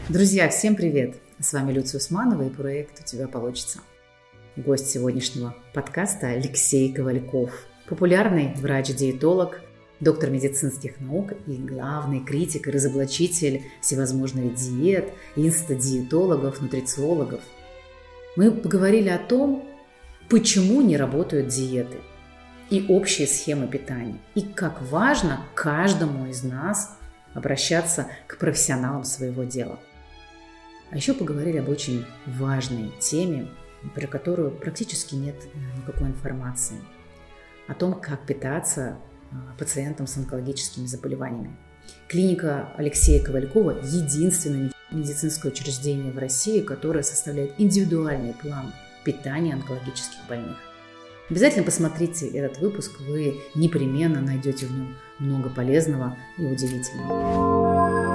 Друзья, всем привет! С вами Люция Усманова и проект «У тебя получится». Гость сегодняшнего подкаста Алексей Ковальков, популярный врач-диетолог, доктор медицинских наук и главный критик и разоблачитель всевозможных диет, инстадиетологов, нутрициологов. Мы поговорили о том, почему не работают диеты и общие схемы питания, и как важно каждому из нас обращаться к профессионалам своего дела. А еще поговорили об очень важной теме, про которую практически нет никакой информации. О том, как питаться пациентам с онкологическими заболеваниями. Клиника Алексея Ковалькова – единственное медицинское учреждение в России, которое составляет индивидуальный план питания онкологических больных. Обязательно посмотрите этот выпуск, вы непременно найдете в нем много полезного и удивительного.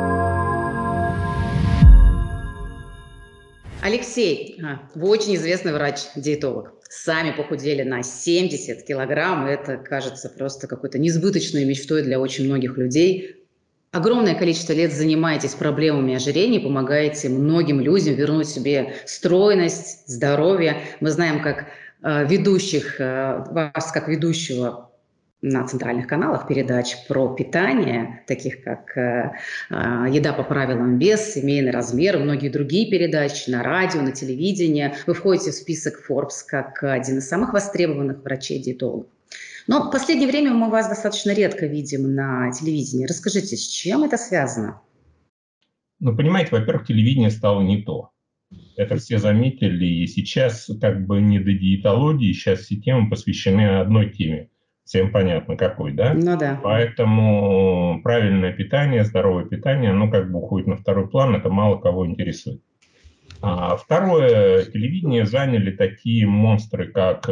Алексей, вы очень известный врач-диетолог. Сами похудели на 70 килограмм. Это кажется просто какой-то несбыточной мечтой для очень многих людей. Огромное количество лет занимаетесь проблемами ожирения, помогаете многим людям вернуть себе стройность, здоровье. Мы знаем, как ведущих, вас как ведущего на центральных каналах передач про питание, таких как «Еда по правилам вес», «Семейный размер», многие другие передачи на радио, на телевидении. Вы входите в список Forbes как один из самых востребованных врачей-диетологов. Но в последнее время мы вас достаточно редко видим на телевидении. Расскажите, с чем это связано? Ну, понимаете, во-первых, телевидение стало не то. Это все заметили, и сейчас как бы не до диетологии, сейчас все темы посвящены одной теме. Всем понятно, какой, да? Ну да. Поэтому правильное питание, здоровое питание, оно как бы уходит на второй план, это мало кого интересует. А второе, телевидение заняли такие монстры, как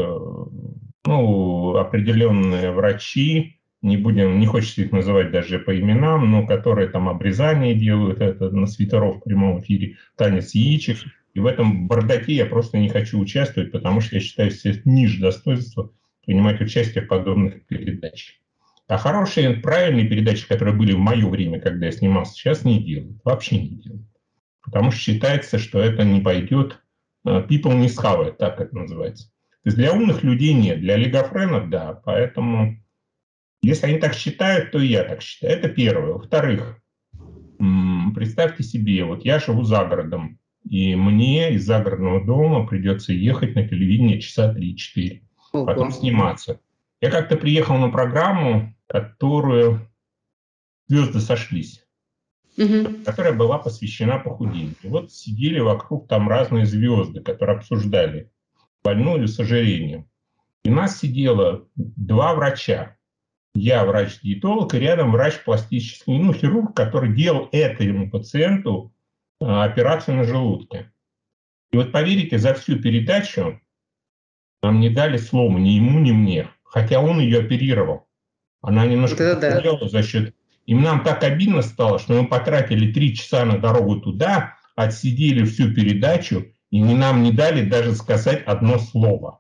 определенные врачи, не хочется их называть даже по именам, но которые там обрезание делают, это на свитеров в прямом эфире, танец яичек. И в этом бардаке я просто не хочу участвовать, потому что я считаю себя ниже достоинства принимать участие в подобных передачах. А хорошие, правильные передачи, которые были в мое время, когда я снимался, сейчас не делают. Вообще не делают. Потому что считается, что это не пойдет. People не схавает, так это называется. То есть для умных людей нет, для олигофренов да. Поэтому, если они так считают, то и я так считаю. Это первое. Во-вторых, представьте себе, вот я живу за городом, и мне из загородного дома придется ехать на телевидение часа 3-4. Потом сниматься. Я как-то приехал на программу, которую «Звезды сошлись», которая была посвящена похудению. И вот сидели вокруг там разные звезды, которые обсуждали больную с ожирением. И у нас сидело два врача. Я врач-диетолог, и рядом врач-пластический, хирург, который делал этому пациенту операцию на желудке. И вот поверите, за всю передачу нам не дали слова ни ему, ни мне. Хотя он ее оперировал. Она немножко похудела за счет... И нам так обидно стало, что мы потратили 3 часа на дорогу туда, отсидели всю передачу, и нам не дали даже сказать одно слово.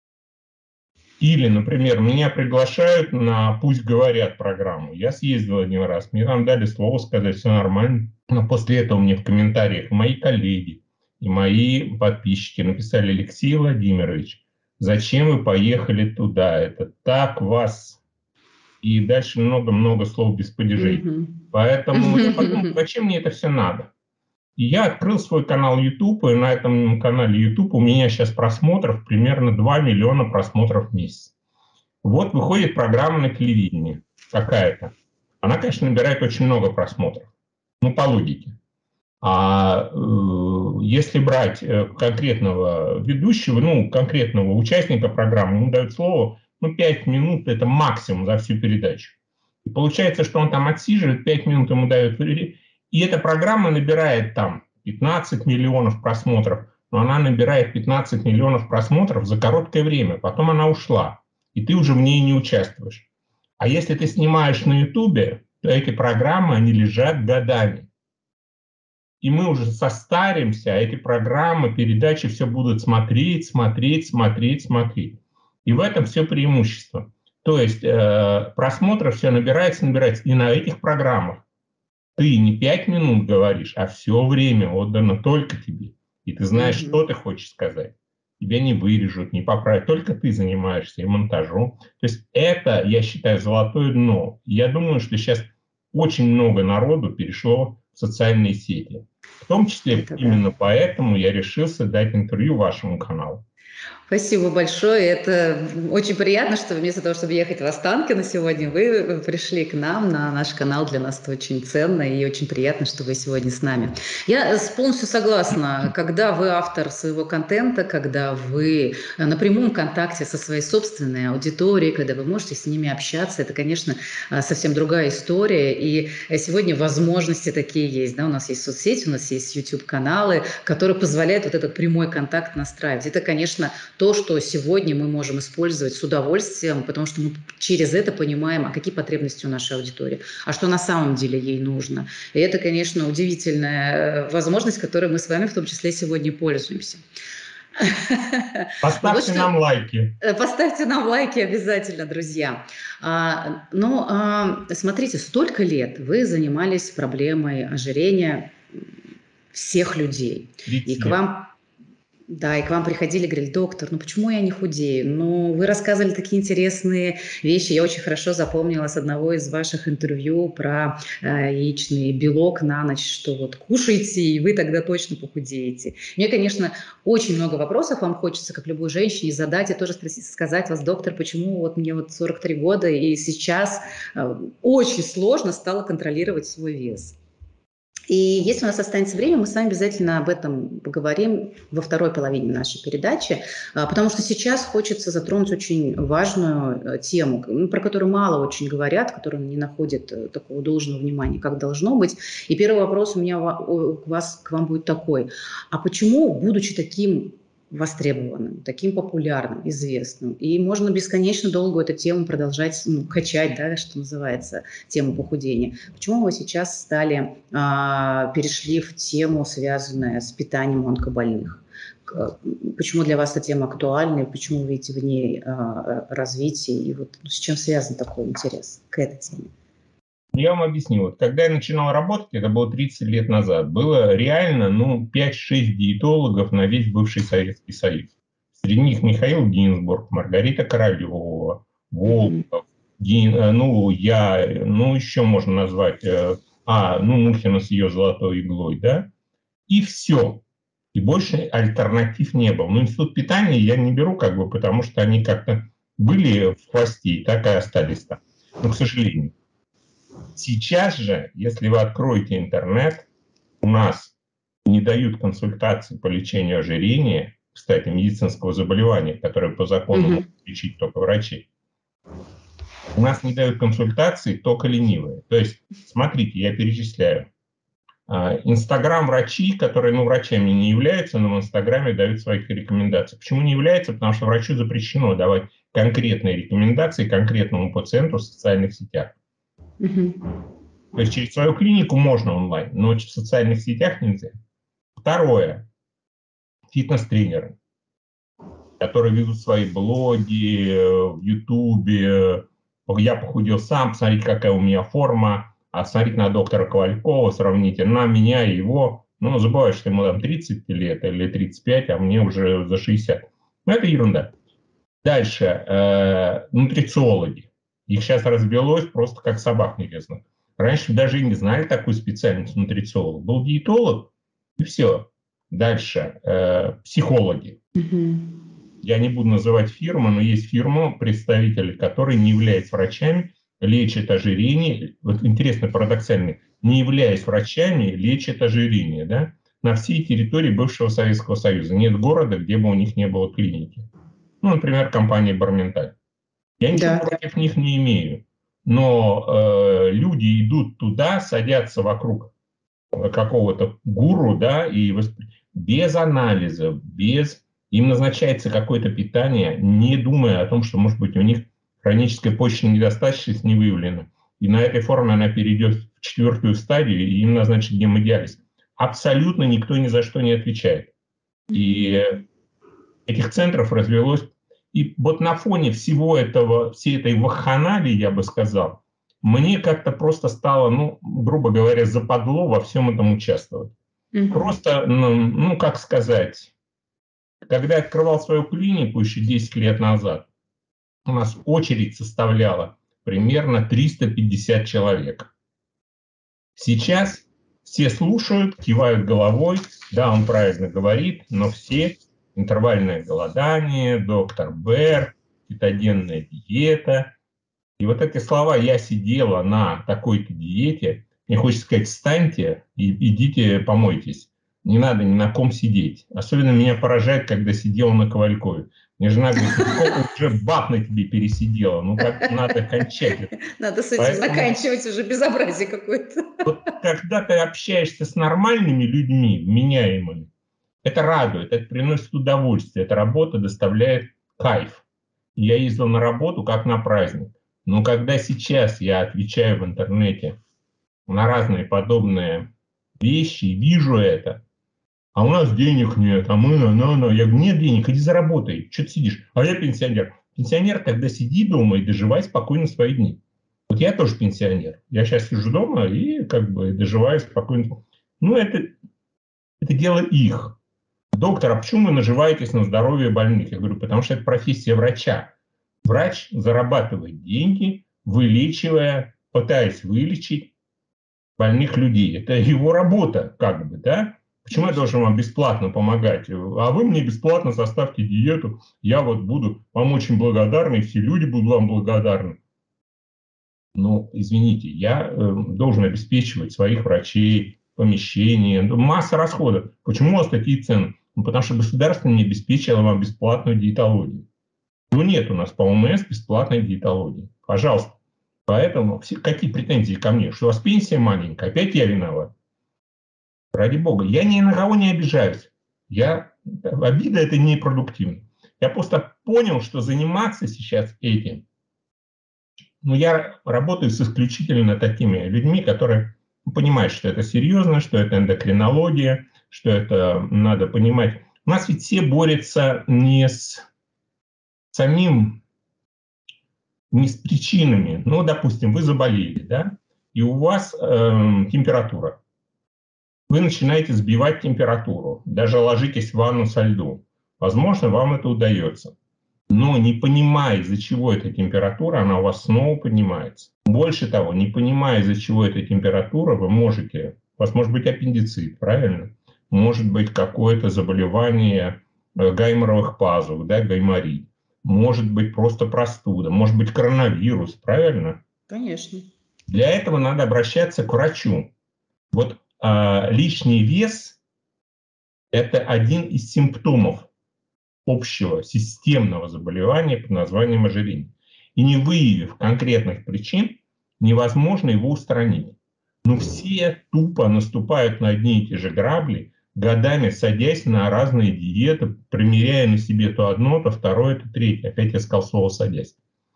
Или, например, меня приглашают на «Пусть говорят» программу. Я съездил один раз, мне там дали слово сказать, все нормально. Но после этого мне в комментариях мои коллеги и мои подписчики написали: Алексей Владимирович, зачем вы поехали туда? Это так вас... И дальше много-много слов без падежей. Поэтому я подумал, зачем мне это все надо? И я открыл свой канал YouTube, и на этом канале YouTube у меня сейчас просмотров примерно 2 миллиона просмотров в месяц. Вот выходит программа на телевидении какая-то. Она, конечно, набирает очень много просмотров. По логике. А если брать конкретного ведущего, конкретного участника программы, ему дают слово, 5 минут – это максимум за всю передачу. И получается, что он там отсиживает, 5 минут ему дают. И эта программа набирает там 15 миллионов просмотров, но она набирает 15 миллионов просмотров за короткое время. Потом она ушла, и ты уже в ней не участвуешь. А если ты снимаешь на Ютубе, то эти программы, они лежат годами. И мы уже состаримся, а эти программы, передачи все будут смотреть. И в этом все преимущество. То есть просмотров все набирается. И на этих программах ты не 5 минут говоришь, а все время отдано только тебе. И ты знаешь, что ты хочешь сказать. Тебя не вырежут, не поправят. Только ты занимаешься и монтажом. То есть это, я считаю, золотое дно. Я думаю, что сейчас очень много народу перешло в социальные сети. В том числе Это да. именно поэтому я решился дать интервью вашему каналу. Спасибо большое. Это очень приятно, что вместо того, чтобы ехать в Останкино сегодня, вы пришли к нам на наш канал. Для нас это очень ценно и очень приятно, что вы сегодня с нами. Я полностью согласна. Когда вы автор своего контента, когда вы на прямом контакте со своей собственной аудиторией, когда вы можете с ними общаться, это, конечно, совсем другая история. И сегодня возможности такие есть. Да? У нас есть соцсети, у нас есть YouTube-каналы, которые позволяют вот этот прямой контакт настраивать. Это, конечно, то, что сегодня мы можем использовать с удовольствием, потому что мы через это понимаем, а какие потребности у нашей аудитории, а что на самом деле ей нужно. И это, конечно, удивительная возможность, которой мы с вами в том числе сегодня пользуемся. Поставьте нам лайки. Поставьте нам лайки обязательно, друзья. Смотрите, столько лет вы занимались проблемой ожирения всех людей. И к вам... Да, и к вам приходили, говорили: доктор, ну почему я не худею? Ну, вы рассказывали такие интересные вещи. Я очень хорошо запомнила с одного из ваших интервью про яичный белок на ночь, что вот кушайте, и вы тогда точно похудеете. Мне, конечно, очень много вопросов вам хочется, как любой женщине, задать и тоже сказать вас: доктор, почему вот мне вот 43 года, и сейчас очень сложно стало контролировать свой вес. И если у нас останется время, мы с вами обязательно об этом поговорим во второй половине нашей передачи, потому что сейчас хочется затронуть очень важную тему, про которую мало очень говорят, которая не находит такого должного внимания, как должно быть. И первый вопрос у меня к вам будет такой: а почему, будучи таким востребованным, таким популярным, известным, и можно бесконечно долго эту тему продолжать качать, да, что называется, тему похудения. Почему вы сейчас перешли в тему, связанную с питанием онкобольных? Почему для вас эта тема актуальна, и почему вы видите в ней развитие, и вот с чем связан такой интерес к этой теме? Я вам объясню. Вот, когда я начинал работать, это было 30 лет назад, было реально 5-6 диетологов на весь бывший Советский Союз. Среди них Михаил Гинзбург, Маргарита Королева, Волков, еще можно назвать, Мухина с ее золотой иглой, да, и все. И больше альтернатив не было. Но институт питания я не беру, потому что они как-то были в хвосте и так и остались там. Но, к сожалению. Сейчас же, если вы откроете интернет, у нас не дают консультации по лечению ожирения, кстати, медицинского заболевания, которое по закону могут лечить только врачи. У нас не дают консультации только ленивые. То есть, смотрите, я перечисляю. Инстаграм-врачи, которые врачами не являются, но в Инстаграме дают свои рекомендации. Почему не являются? Потому что врачу запрещено давать конкретные рекомендации конкретному пациенту в социальных сетях. То есть через свою клинику можно онлайн, но в социальных сетях нельзя. Второе. Фитнес-тренеры, которые ведут свои блоги в Ютубе. Я похудел сам, посмотрите, какая у меня форма. А смотрите на доктора Ковалькова, сравните на меня и его. Забываю, что ему там 30 лет или 35, а мне уже за 60. Это ерунда. Дальше. Нутрициологи. Их сейчас развелось просто как собак небесных. Раньше даже и не знали такую специальность нутрициолог. Был диетолог, и все. Дальше. Психологи. Я не буду называть фирму, но есть фирма, представители, которые, не являясь врачами, лечат ожирение. Вот интересно, парадоксально, не являясь врачами, лечат ожирение, да, на всей территории бывшего Советского Союза. Нет города, где бы у них не было клиники. Например, компания Барменталь. Я ничего против них не имею. Но люди идут туда, садятся вокруг какого-то гуру, да, и без анализа, им назначается какое-то питание, не думая о том, что, может быть, у них хроническая почечная недостаточность не выявлена. И на этой форме она перейдет в 4-ю стадию, и им назначат гемодиализ. Абсолютно никто ни за что не отвечает. И этих центров развелось. И вот на фоне всего этого, всей этой вакханалии, я бы сказал, мне как-то просто стало, ну, грубо говоря, западло во всем этом участвовать. Просто, ну, как сказать, когда я открывал свою клинику еще 10 лет назад, у нас очередь составляла примерно 350 человек. Сейчас все слушают, кивают головой, да, он правильно говорит, но все интервальное голодание, доктор Бэр, кетогенная диета. И вот эти слова «я сидела на такой-то диете», мне хочется сказать, встаньте и идите помойтесь. Не надо ни на ком сидеть. Особенно меня поражает, когда сидела на Ковалькове. Мне жена говорит, ну сколько уже баб на тебе пересидела, ну как надо кончать. Надо с этим заканчивать, уже безобразие какое-то. Вот когда ты общаешься с нормальными людьми, вменяемыми, это радует, это приносит удовольствие, эта работа доставляет кайф. Я ездил на работу как на праздник. Но когда сейчас я отвечаю в интернете на разные подобные вещи и вижу это, а у нас денег нет, а мы, я говорю, нет денег, иди заработай, что ты сидишь? А я пенсионер. Пенсионер, когда сиди дома и доживай спокойно свои дни. Вот я тоже пенсионер. Я сейчас сижу дома и как бы доживаю спокойно. Ну, это дело их. Доктор, а почему вы наживаетесь на здоровье больных? Я говорю, потому что это профессия врача. Врач зарабатывает деньги, вылечивая, пытаясь вылечить больных людей. Это его работа, как бы, да? Почему я должен вам бесплатно помогать? А вы мне бесплатно составьте диету, я вот буду вам очень благодарен, и все люди будут вам благодарны. Ну, извините, я должен обеспечивать своих врачей, помещения, масса расходов. Почему у вас такие цены? Ну, потому что государство не обеспечило вам бесплатную диетологию. Ну, нет у нас по ОМС бесплатной диетологии. Пожалуйста. Поэтому какие претензии ко мне? Что у вас пенсия маленькая? Опять я виноват? Ради бога. Я ни на кого не обижаюсь. Обида – это непродуктивно. Я просто понял, что заниматься сейчас этим. Ну, я работаю с исключительно такими людьми, которые понимают, что это серьезно, что это эндокринология, что это надо понимать. У нас ведь все борются не с причинами. Ну, допустим, вы заболели, да, и у вас температура. Вы начинаете сбивать температуру, даже ложитесь в ванну со льдом. Возможно, вам это удается. Но не понимая, из-за чего эта температура, она у вас снова поднимается. Больше того, не понимая, из-за чего эта температура, у вас может быть аппендицит, правильно? Может быть какое-то заболевание гайморовых пазух, да, гайморит. Может быть просто простуда, может быть коронавирус, правильно? Конечно. Для этого надо обращаться к врачу. Вот лишний вес – это один из симптомов общего системного заболевания под названием ожирение. И не выявив конкретных причин, невозможно его устранить. Но все тупо наступают на одни и те же грабли, годами садясь на разные диеты, примеряя на себе то одно, то второе, то третье. Опять я сказал слово «садясь».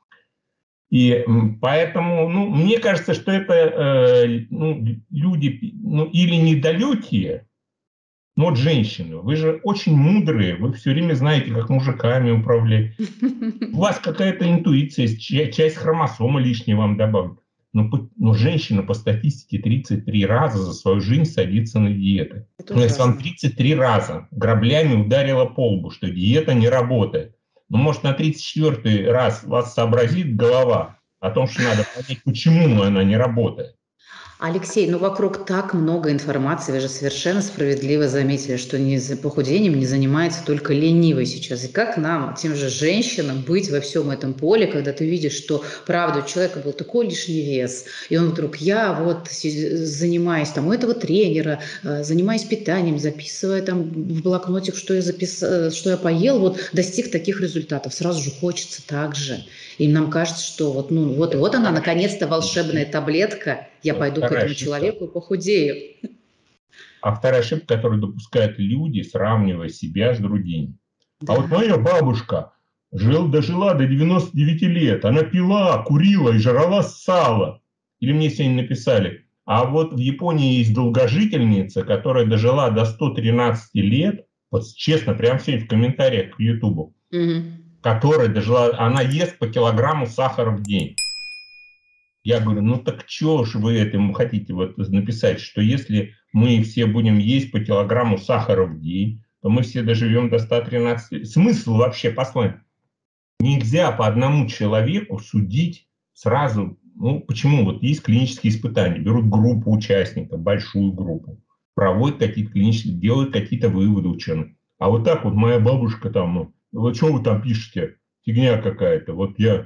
И поэтому, мне кажется, что это люди или недалекие, но вот женщины, вы же очень мудрые, вы все время знаете, как мужиками управлять. У вас какая-то интуиция есть, часть хромосомы лишней вам добавят. Но женщина по статистике 33 раза за свою жизнь садится на диеты. Но если вам 33 раза граблями ударило по лбу, что диета не работает, может, на 34-й раз вас сообразит голова о том, что надо понять, почему она не работает. Алексей, вокруг так много информации, вы же совершенно справедливо заметили, что похудением не занимается только ленивый сейчас. И как нам, тем же женщинам, быть во всем этом поле, когда ты видишь, что, правда, у человека был такой лишний вес, и он вдруг, я вот занимаюсь у этого тренера, занимаюсь питанием, записывая в блокнотик, что я поел, достиг таких результатов. Сразу же хочется так же. И нам кажется, что вот она, наконец-то, волшебная таблетка, я пойду к этому человеку и похудею. А вторая ошибка, которую допускают люди, сравнивая себя с другими. Да. А вот моя бабушка дожила до 99 лет, она пила, курила и жрала сало. Или мне сегодня написали, а вот в Японии есть долгожительница, которая дожила до 113 лет, вот честно, прямо сегодня в комментариях к Ютубу, которая дожила, она ест по килограмму сахара в день. Я говорю, ну так что ж вы этим хотите вот написать, что если мы все будем есть по килограмму сахара в день, то мы все доживем до 113 лет. Смысл вообще послания? Нельзя по одному человеку судить сразу. Ну, почему? Вот есть клинические испытания, берут группу участников, большую группу, проводят какие-то клинические, делают какие-то выводы ученые. А вот так вот моя бабушка там, ну, вот что вы там пишете? Фигня какая-то. Вот я...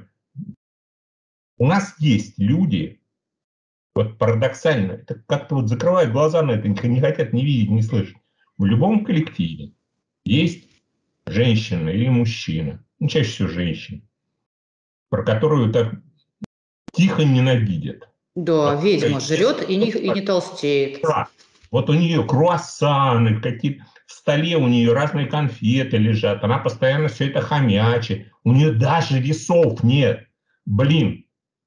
У нас есть люди, вот парадоксально, это как-то вот закрывают глаза на это, не хотят ни видеть, ни слышать. В любом коллективе есть женщина или мужчина, ну, чаще всего женщина, про которую так тихо ненавидят. Да, Вот, ведьма жрет и не толстеет. да. Вот у нее круассаны, какие-то в столе у нее разные конфеты лежат, она постоянно все это хомячит, у нее даже весов нет. Блин,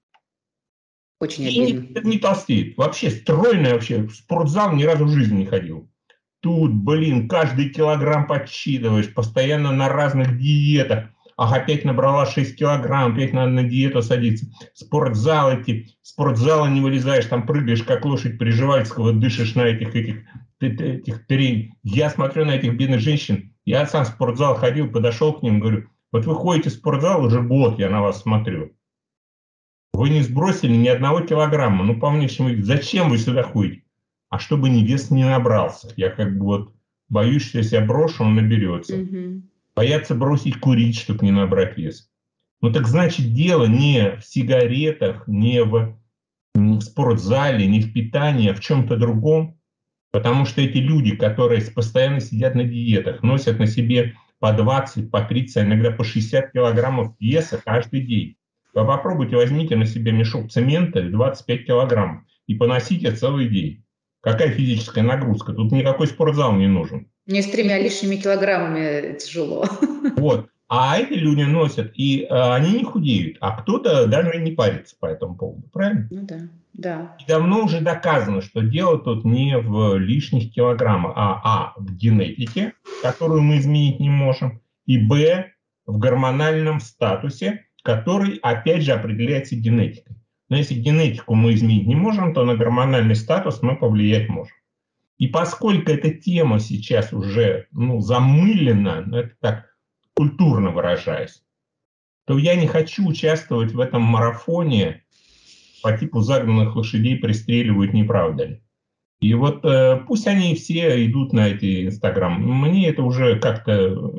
Очень и обидно. не толстеет. Вообще стройная, вообще в спортзал ни разу в жизни не ходил. Тут, блин, каждый килограмм подсчитываешь, постоянно на разных диетах. Ах, опять набрала 6 килограмм, опять надо на диету садиться. Спортзал идти, спортзала не вылезаешь, там прыгаешь, как лошадь Приживальского, дышишь на этих треней. Я смотрю на этих бедных женщин, я сам в спортзал ходил, подошел к ним, говорю, вот вы ходите в спортзал уже год, я на вас смотрю. Вы не сбросили ни одного килограмма. Ну, по внешнему виду, зачем вы сюда ходите? А чтобы вес не набрался. Я как бы вот боюсь, что если я брошу, он наберется. Угу. Боятся бросить курить, чтобы не набрать вес. Ну так значит, дело не в сигаретах, не в спортзале, не в питании, а в чем-то другом. Потому что эти люди, которые постоянно сидят на диетах, носят на себе по 20, по 30, а иногда по 60 килограммов веса каждый день. Вы попробуйте, возьмите на себя мешок цемента 25 килограммов и поносите целый день. Какая физическая нагрузка? Тут никакой спортзал не нужен. Мне с 3 лишними килограммами тяжело. Вот. А эти люди носят, и они не худеют, а кто-то даже не парится по этому поводу, правильно? Ну да, да. И давно уже доказано, что дело тут не в лишних килограммах, в генетике, которую мы изменить не можем, и б, в гормональном статусе, который, опять же, определяется генетикой. Но если генетику мы изменить не можем, то на гормональный статус мы повлиять можем. И поскольку эта тема сейчас уже замылена, это так культурно выражаясь, то я не хочу участвовать в этом марафоне по типу загнанных лошадей пристреливают, не правда ли? И вот пусть они все идут на эти Инстаграм. Мне это уже как-то...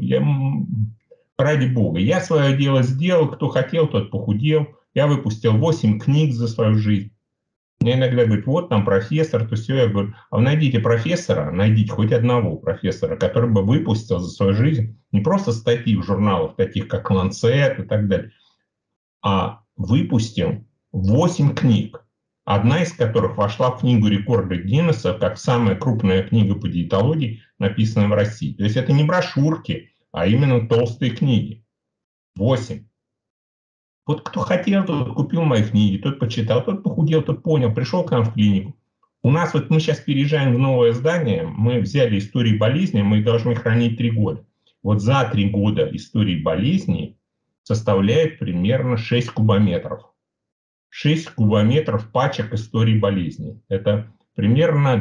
ради бога. Я свое дело сделал. Кто хотел, тот похудел. Я выпустил 8 книг за свою жизнь. Мне иногда говорят, вот там профессор, то все. Я говорю, а вы найдите профессора, найдите хоть одного профессора, который бы выпустил за свою жизнь не просто статьи в журналах, таких как Lancet и так далее, а выпустил 8 книг, одна из которых вошла в книгу рекорда Гиннесса как самая крупная книга по диетологии, написанная в России. То есть это не брошюрки, а именно толстые книги. 8. Вот кто хотел, тот купил мои книги, тот почитал, тот похудел, тот понял, пришел к нам в клинику. У нас вот мы сейчас переезжаем в новое здание, мы взяли истории болезни, мы их должны хранить 3 года. Вот за 3 года истории болезней составляет примерно 6 кубометров. 6 кубометров пачек истории болезней. Это примерно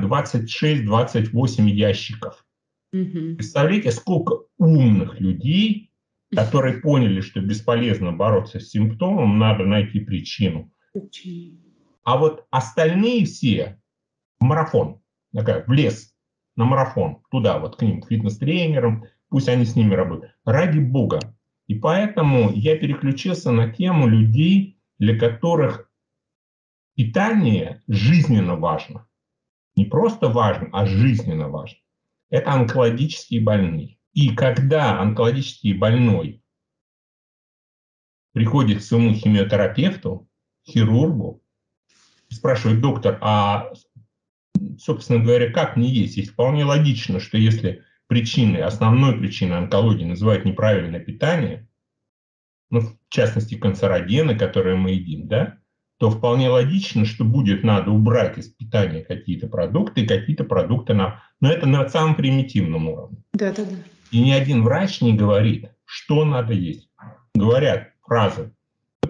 26-28 ящиков. Угу. Представляете, сколько умных людей, которые поняли, что бесполезно бороться с симптомом, надо найти причину. А вот остальные все в марафон, в лес, на марафон, туда вот к ним, к фитнес-тренерам, пусть они с ними работают. Ради бога. И поэтому я переключился на тему людей, для которых питание жизненно важно. Не просто важно, а жизненно важно. Это онкологические больные. И когда онкологический больной приходит к своему химиотерапевту, хирургу, и спрашивает, доктор, а, собственно говоря, как мне есть? Ведь вполне логично, что если основной причиной онкологии называют неправильное питание, в частности, канцерогены, которые мы едим, да, то вполне логично, что будет надо убрать из питания какие-то продукты, но это на самом примитивном уровне. Да. И ни один врач не говорит, что надо есть. Говорят фразы.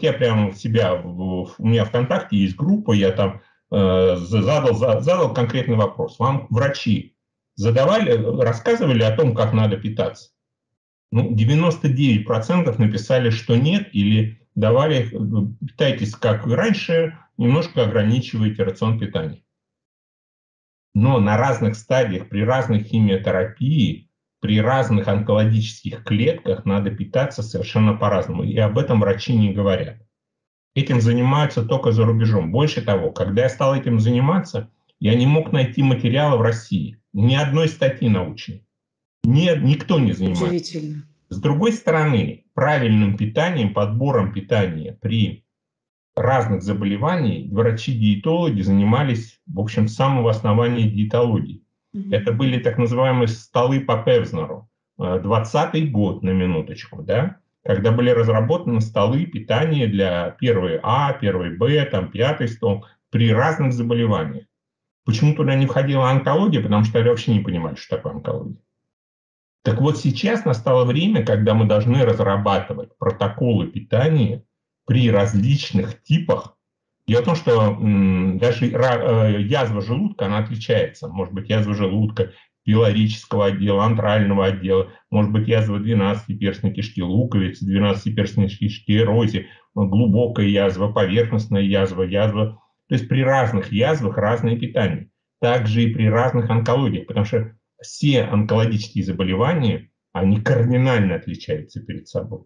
Вот я прямо у себя, у меня ВКонтакте есть группа, я там задал конкретный вопрос. Вам врачи рассказывали о том, как надо питаться? Ну, 99% написали, что нет, или давали, питайтесь как и раньше, немножко ограничивайте рацион питания. Но на разных стадиях, при разной химиотерапии, при разных онкологических клетках надо питаться совершенно по-разному. И об этом врачи не говорят. Этим занимаются только за рубежом. Больше того, когда я стал этим заниматься, я не мог найти материала в России. Ни одной статьи научной. Никто не занимается. Удивительно. С другой стороны, правильным питанием, подбором питания при разных заболеваниях врачи-диетологи занимались, в общем, с самого основания диетологии. Это были так называемые столы по Певзнеру. 20-й год, на минуточку, да? Когда были разработаны столы питания для первой А, первой Б, там, 5-й стол, при разных заболеваниях. Почему туда не входила онкология? Потому что они вообще не понимали, что такое онкология. Так вот, сейчас настало время, когда мы должны разрабатывать протоколы питания при различных типах. Дело в том, что даже язва желудка, она отличается. Может быть, язва желудка, пилорического отдела, антрального отдела, может быть, язва 12-перстной кишки, луковицы, 12-перстной кишки, эрози, глубокая язва, поверхностная язва. То есть при разных язвах разное питание. Также и при разных онкологиях, потому что все онкологические заболевания, они кардинально отличаются перед собой.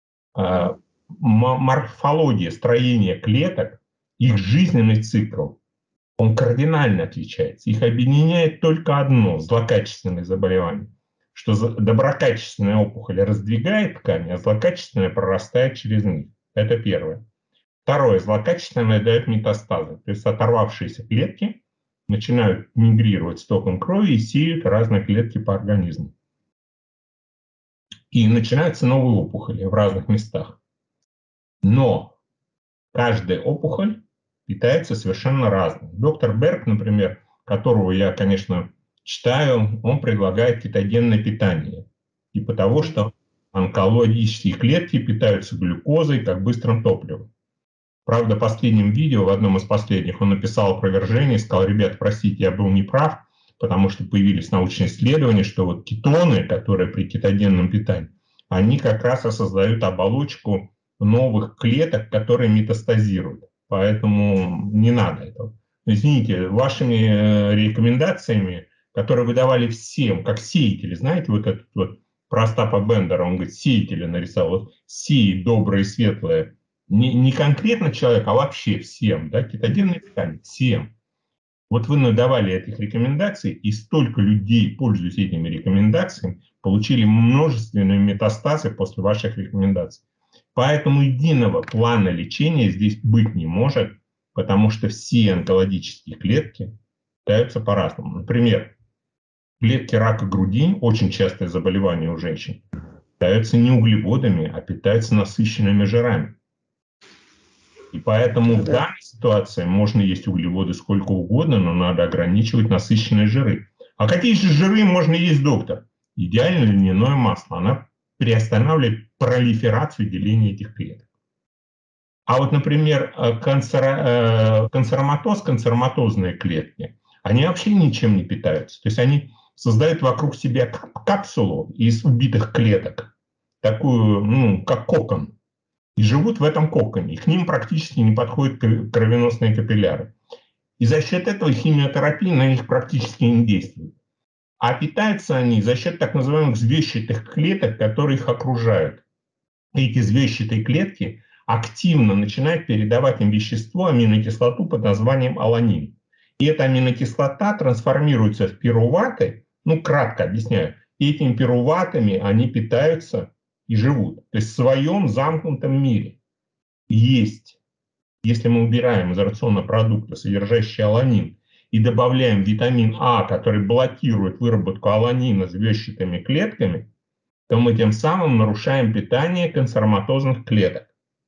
Морфология, строение клеток, их жизненный цикл, он кардинально отличается. Их объединяет только одно – злокачественное заболевание, что доброкачественная опухоль раздвигает ткани, а злокачественная прорастает через них. Это первое. Второе – злокачественное дает метастазы, то есть оторвавшиеся клетки начинают мигрировать с током крови и сеют разные клетки по организму. И начинаются новые опухоли в разных местах. Но каждая опухоль питается совершенно разным. Доктор Берг, например, которого я, конечно, читаю, он предлагает кетогенное питание. Типа того, что онкологические клетки питаются глюкозой как быстрым топливом. Правда, в последнем видео, в одном из последних, он написал опровержение и сказал: ребят, простите, я был неправ, потому что появились научные исследования, что вот кетоны, которые при кетогенном питании, они как раз и создают оболочку новых клеток, которые метастазируют. Поэтому не надо этого. Извините, вашими рекомендациями, которые вы давали всем, как сеятели, знаете, вот этот вот про Остапа Бендера, он говорит, сеятели нарисовал, вот сеет доброе и светлое, не конкретно человек, а вообще всем, да, кетогенное питание, всем. Вот вы надавали этих рекомендаций, и столько людей, пользуясь этими рекомендациями, получили множественные метастазы после ваших рекомендаций. Поэтому единого плана лечения здесь быть не может, потому что все онкологические клетки питаются по-разному. Например, клетки рака груди, очень частое заболевание у женщин, питаются не углеводами, а питаются насыщенными жирами. И поэтому в данной ситуации можно есть углеводы сколько угодно, но надо ограничивать насыщенные жиры. А какие же жиры можно есть, доктор? Идеальное льняное масло. Она приостанавливает пролиферацию деления этих клеток. А вот, например, канцероматозные клетки, они вообще ничем не питаются. То есть они создают вокруг себя капсулу из убитых клеток, такую, как кокон. И живут в этом коконе. И к ним практически не подходят кровеносные капилляры. И за счет этого химиотерапия на них практически не действует. А питаются они за счет так называемых звездчатых клеток, которые их окружают. И эти звездчатые клетки активно начинают передавать им вещество, аминокислоту под названием аланин. И эта аминокислота трансформируется в пируваты, кратко объясняю, и этими пируватами они питаются и живут. То есть в своем замкнутом мире. Есть, если мы убираем из рациона продукта, содержащий аланин, и добавляем витамин А, который блокирует выработку аланина звездчатыми клетками, то мы тем самым нарушаем питание канцероматозных клеток.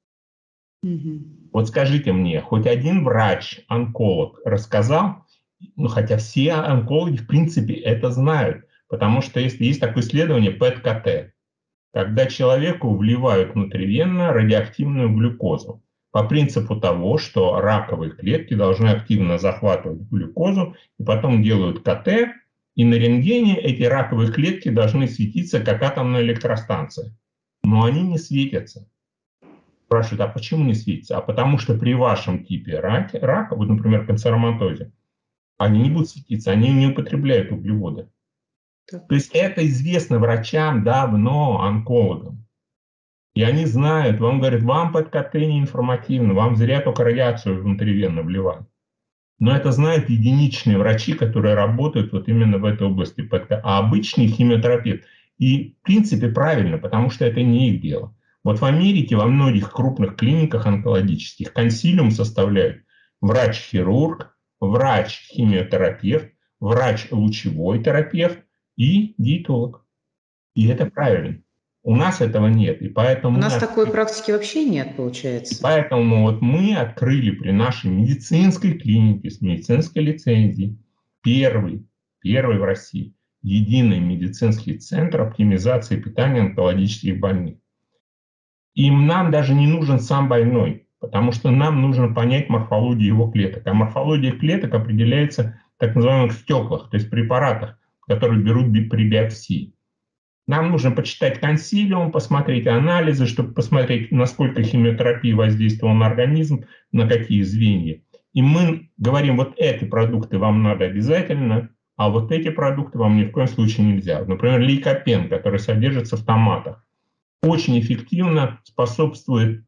Вот скажите мне, хоть один врач-онколог рассказал, хотя все онкологи в принципе это знают, потому что если есть такое исследование ПЭТ-КТ, когда человеку вливают внутривенно радиоактивную глюкозу. По принципу того, что раковые клетки должны активно захватывать глюкозу, и потом делают КТ, и на рентгене эти раковые клетки должны светиться, как атомная электростанция. Но они не светятся. Спрашивают, а почему не светятся? А потому что при вашем типе рака, вот, например, канцероматозе, они не будут светиться, они не употребляют углеводы. Так. То есть это известно врачам давно, онкологам. И они знают, вам говорят, вам под КТ не информативно, вам зря только радиацию внутривенно вливают. Но это знают единичные врачи, которые работают вот именно в этой области. А обычный химиотерапевт. И в принципе правильно, потому что это не их дело. Вот в Америке во многих крупных клиниках онкологических консилиум составляют врач-хирург, врач-химиотерапевт, врач-лучевой терапевт и диетолог. И это правильно. У нас этого нет. И поэтому У нас такой практики вообще нет, получается. Поэтому вот мы открыли при нашей медицинской клинике с медицинской лицензией первый в России единый медицинский центр оптимизации питания онкологических больных. И нам даже не нужен сам больной, потому что нам нужно понять морфологию его клеток. А морфология клеток определяется в так называемых стеклах, то есть препаратах, которые берут при биопсии. Нам нужно почитать консилиум, посмотреть анализы, чтобы посмотреть, насколько химиотерапия воздействовала на организм, на какие звенья. И мы говорим, вот эти продукты вам надо обязательно, а вот эти продукты вам ни в коем случае нельзя. Например, лейкопен, который содержится в томатах, очень эффективно способствует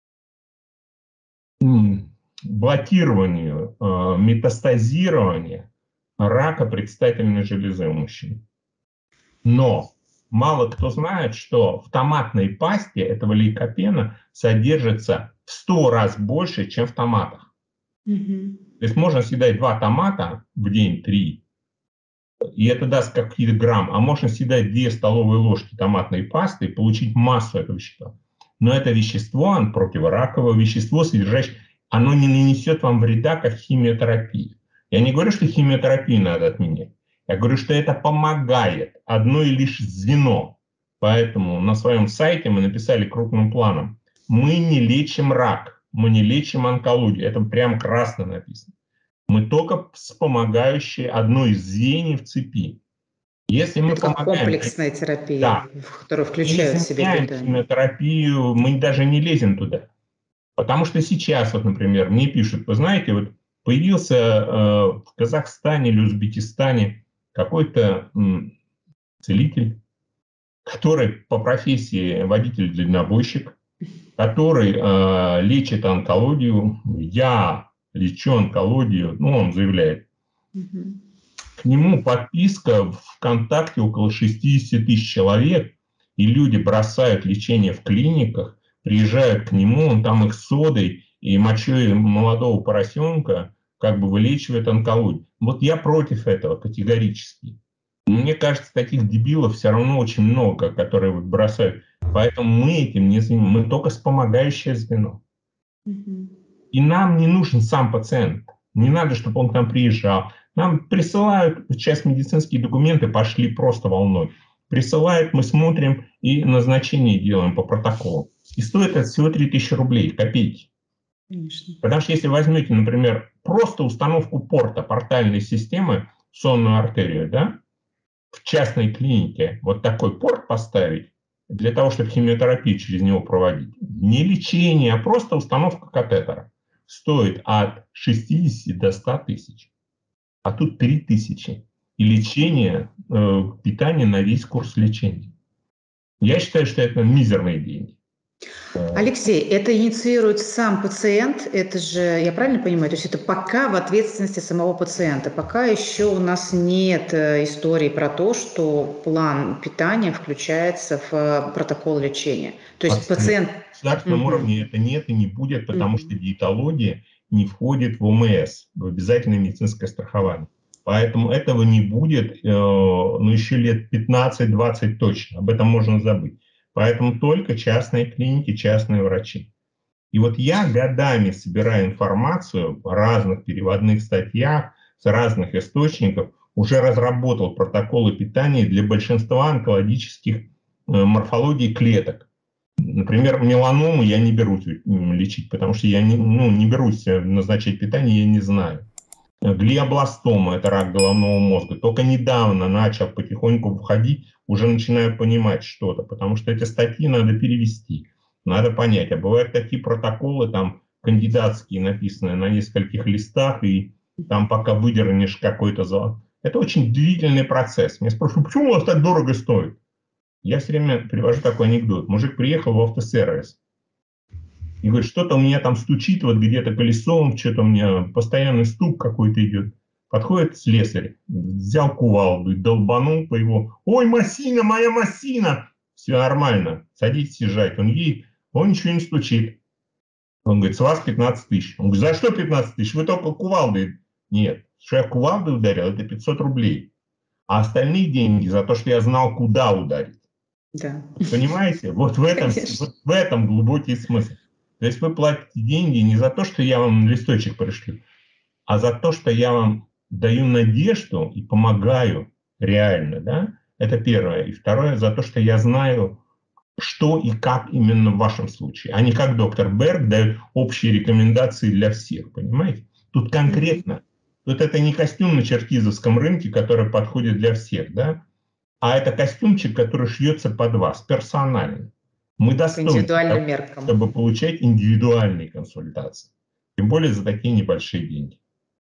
блокированию, метастазированию рака предстательной железы у мужчин. Но мало кто знает, что в томатной пасте этого лейкопена содержится в 100 раз больше, чем в томатах. То есть можно съедать 2 томата в день, 3, и это даст какие-то грамм, а можно съедать 2 столовые ложки томатной пасты и получить массу этого вещества. Но это вещество, противораковое вещество, содержащее, оно не нанесет вам вреда, как химиотерапия. Я не говорю, что химиотерапию надо отменять. Я говорю, что это помогает, одно и лишь звено. Поэтому на своем сайте мы написали крупным планом: мы не лечим рак, мы не лечим онкологию. Это прям красно написано. Мы только вспомогающие одно из звеньев цепи. Если мы это как помогаем, комплексная терапия, да, которая включает в себя питание. химиотерапию, мы даже не лезем туда. Потому что сейчас, вот, например, мне пишут, вы знаете, вот появился в Казахстане или Узбекистане какой-то целитель, который по профессии водитель-дальнобойщик, который лечит онкологию. Я лечу онкологию, он заявляет. К нему подписка в ВКонтакте около 60 тысяч человек, и люди бросают лечение в клиниках, приезжают к нему, он там их содой и мочой молодого поросенка как бы вылечивает онкологию. Вот я против этого категорически. Мне кажется, таких дебилов все равно очень много, которые бросают. Поэтому мы этим не занимаемся. Мы только вспомогающее звено. И нам не нужен сам пациент. Не надо, чтобы он к нам приезжал. Нам присылают сейчас медицинские документы, пошли просто волной. Присылают, мы смотрим и назначение делаем по протоколу. И стоит это всего 3000 рублей, копейки. Конечно. Потому что если возьмете, например, просто установку порта портальной системы в сонную артерию, да, в частной клинике вот такой порт поставить, для того, чтобы химиотерапию через него проводить, не лечение, а просто установка катетера, стоит от 60 до 100 тысяч. А тут 3000. И лечение, питание на весь курс лечения. Я считаю, что это мизерные деньги. Алексей, это инициирует сам пациент, это же, я правильно понимаю, то есть это пока в ответственности самого пациента, пока еще у нас нет истории про то, что план питания включается в протокол лечения. То есть пациент... На государственном уровне это нет и не будет, потому что диетология не входит в ОМС, в обязательное медицинское страхование. Поэтому этого не будет, еще лет 15-20 точно, об этом можно забыть. Поэтому только частные клиники, частные врачи. И вот я годами собираю информацию в разных переводных статьях, с разных источников, уже разработал протоколы питания для большинства онкологических морфологии клеток. Например, меланому я не берусь лечить, потому что я не берусь назначать питание, я не знаю. Глиобластома – это рак головного мозга. Только недавно начал потихоньку входить, уже начинаю понимать что-то, потому что эти статьи надо перевести, надо понять. А бывают такие протоколы, там, кандидатские, написанные на нескольких листах, и там пока выдернешь какой-то зал. Это очень длительный процесс. Меня спрашивают, почему у вас так дорого стоит? Я все время привожу такой анекдот. Мужик приехал в автосервис и говорит, что-то у меня там стучит вот где-то колесом, что-то у меня постоянный стук какой-то идет. Подходит слесарь, взял кувалду и долбанул по его. Ой, Массина, моя Массина! Все нормально, садитесь езжать. Он едет, он ничего не стучит. Он говорит, с вас 15 тысяч. Он говорит, за что 15 тысяч? Вы только кувалдой. Нет, что я кувалдой ударил, это 500 рублей. А остальные деньги за то, что я знал, куда ударить. Да. Понимаете? Вот в этом глубокий смысл. То есть вы платите деньги не за то, что я вам листочек пришлю, а за то, что я вам даю надежду и помогаю реально. Да? Это первое. И второе, за то, что я знаю, что и как именно в вашем случае. А не как доктор Берг дает общие рекомендации для всех. Понимаете? Тут конкретно. Тут это не костюм на черкизовском рынке, который подходит для всех. Да? А это костюмчик, который шьется под вас персонально. Мы достойны того, чтобы получать индивидуальные консультации. Тем более за такие небольшие деньги.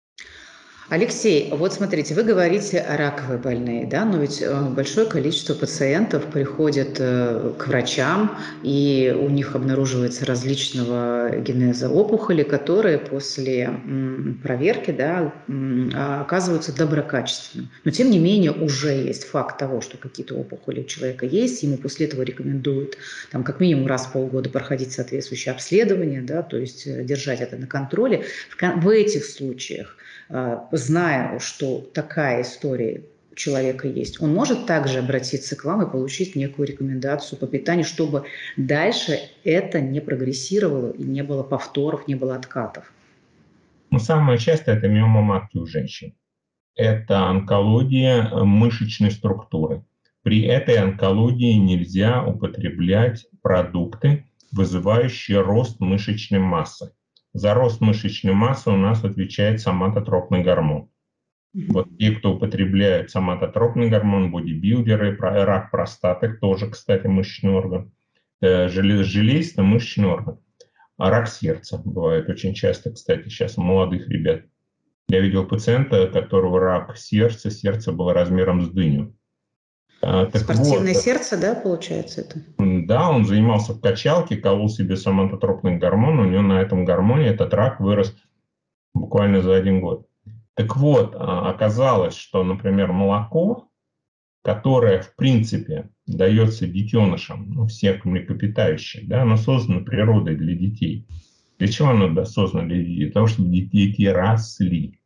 Алексей, вот смотрите, вы говорите о раковой больные, да, но ведь большое количество пациентов приходят к врачам, и у них обнаруживается различного генеза опухоли, которые после проверки, да, оказываются доброкачественными. Но тем не менее уже есть факт того, что какие-то опухоли у человека есть, ему после этого рекомендуют там, как минимум раз в полгода проходить соответствующее обследование, да, то есть держать это на контроле. В этих случаях, зная, что такая история у человека есть, он может также обратиться к вам и получить некую рекомендацию по питанию, чтобы дальше это не прогрессировало и не было повторов, не было откатов. Ну, самое частое это миома матки у женщин. Это онкология мышечной структуры. При этой онкологии нельзя употреблять продукты, вызывающие рост мышечной массы. За рост мышечной массы у нас отвечает соматотропный гормон. Вот те, кто употребляет соматотропный гормон, бодибилдеры, рак простаты, тоже, кстати, мышечный орган, железистый мышечный орган. А рак сердца бывает очень часто, кстати, сейчас у молодых ребят. Я видел пациента, у которого рак сердца, сердце было размером с дыню. Спортивное сердце, да, получается это? Да, он занимался в качалке, колол себе соматотропный гормон, у него на этом гормоне этот рак вырос буквально за 1 год. Так вот, оказалось, что, например, молоко, которое, в принципе, дается детенышам, всех млекопитающих, да, оно создано природой для детей. Для чего оно создано для детей? Для того, чтобы дети росли.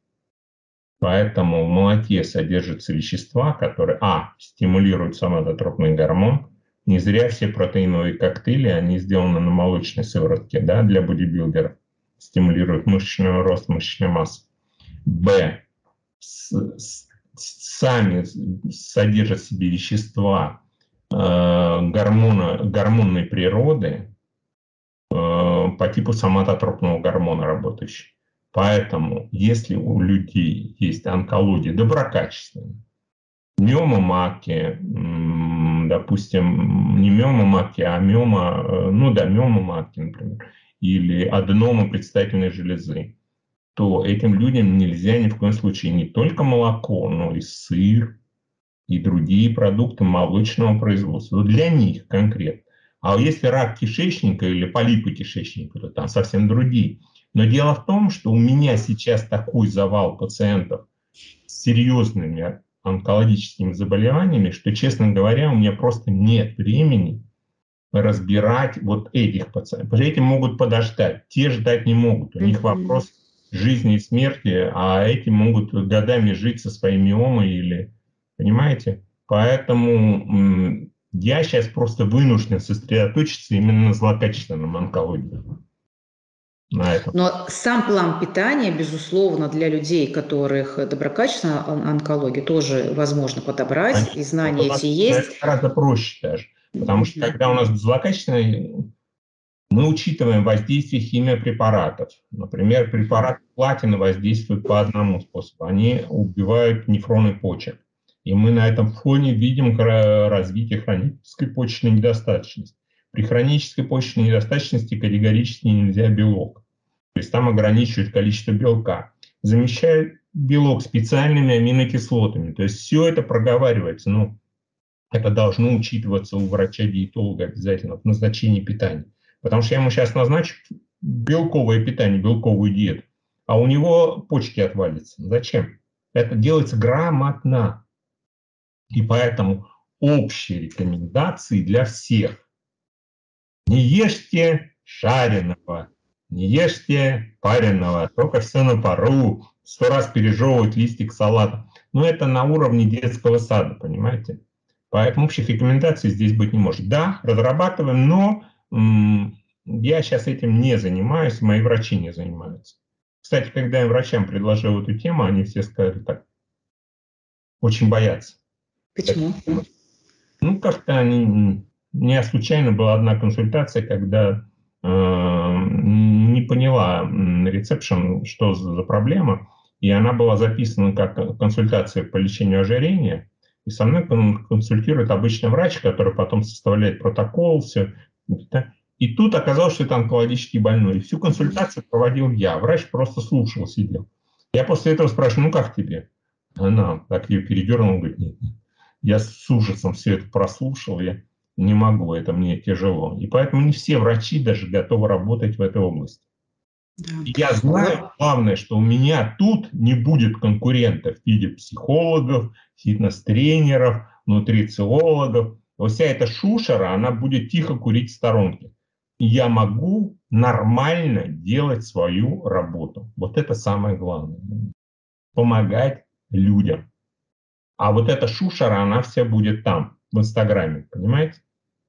Поэтому в молоке содержатся вещества, которые, стимулируют соматотропный гормон. Не зря все протеиновые коктейли, они сделаны на молочной сыворотке, да, для бодибилдеров. Стимулируют мышечный рост, мышечной массы. Б. Сами содержат в себе вещества гормонной природы по типу соматотропного гормона работающие. Поэтому, если у людей есть онкология доброкачественная, миома матки, допустим, не миома матки, а миома матки, например, или аденома предстательной железы, то этим людям нельзя ни в коем случае не только молоко, но и сыр, и другие продукты молочного производства. Для них конкретно. А если рак кишечника или полипы кишечника, то там совсем другие. Но дело в том, что у меня сейчас такой завал пациентов с серьезными онкологическими заболеваниями, что, честно говоря, у меня просто нет времени разбирать вот этих пациентов. Потому что эти могут подождать, те ждать не могут. У них вопрос жизни и смерти, а эти могут годами жить со своей миомой или... Понимаете? Поэтому я сейчас просто вынужден сосредоточиться именно на злокачественном онкологии. Но сам план питания, безусловно, для людей, которых доброкачественная онкология, тоже возможно подобрать, и знания эти есть. Это гораздо проще даже. Потому что когда у нас злокачественное, мы учитываем воздействие химиопрепаратов. Например, препарат платины воздействует по одному способу. Они убивают нефроны почек. И мы на этом фоне видим развитие хронической почечной недостаточности. При хронической почечной недостаточности категорически нельзя белок. То есть там ограничивают количество белка. Замещают белок специальными аминокислотами. То есть все это проговаривается. Ну, это должно учитываться у врача-диетолога обязательно в назначении питания. Потому что я ему сейчас назначу белковое питание, белковую диету, а у него почки отвалятся. Зачем? Это делается грамотно. И поэтому общие рекомендации для всех. Не ешьте жареного, не ешьте пареного, только все на пару, 100 раз пережевывать листик салата. Но это на уровне детского сада, понимаете? Поэтому общих рекомендаций здесь быть не может. Да, разрабатываем, но я сейчас этим не занимаюсь, мои врачи не занимаются. Кстати, когда я врачам предложил эту тему, они все сказали так, очень боятся. Почему? Ну, как-то они... У меня случайно была одна консультация, когда не поняла ресепшн, что за проблема, и она была записана как консультация по лечению ожирения, и со мной консультирует обычный врач, который потом составляет протокол, все. И тут оказалось, что это онкологический больной. И всю консультацию проводил я. Врач просто слушал, сидел. Я после этого спрашиваю, ну как тебе? Она так ее передернула, говорит, нет. Я с ужасом все это прослушал, я не могу, это мне тяжело. И поэтому не все врачи даже готовы работать в этой области. Да. И я знаю, главное, что у меня тут не будет конкурентов в виде психологов, фитнес-тренеров, нутрициологов. Вот вся эта шушера, она будет тихо курить в сторонке. И я могу нормально делать свою работу. Вот это самое главное. Помогать людям. А вот эта шушера, она вся будет там, в Инстаграме, понимаете?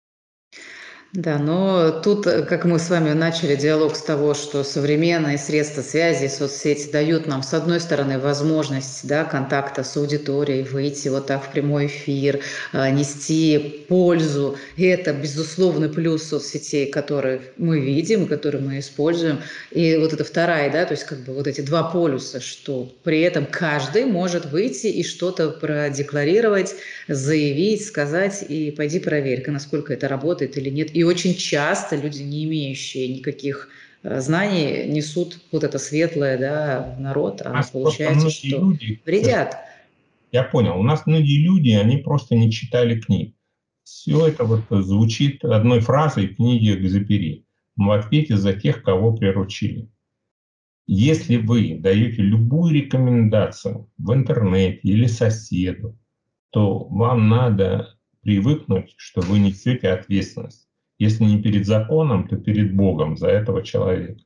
Да, но тут, как мы с вами начали диалог с того, что современные средства связи, соцсети дают нам, с одной стороны, возможность, да, контакта с аудиторией, выйти вот так в прямой эфир, нести пользу. И это, безусловный плюс соцсетей, которые мы видим, которые мы используем. И вот это вторая, да, то есть как бы вот эти два полюса, что при этом каждый может выйти и что-то продекларировать, заявить, сказать, и пойди проверь, насколько это работает или нет. И очень часто люди, не имеющие никаких знаний, несут вот это светлое, да, в народ, У а нас просто получается, многие что люди, вредят. я понял, у нас многие люди, они просто не читали книг. Все это вот звучит одной фразой в книге Экзюпери. Мы в ответе за тех, кого приручили. Если вы даете любую рекомендацию в интернете или соседу, то вам надо привыкнуть, что вы несете ответственность. Если не перед законом, то перед Богом за этого человека.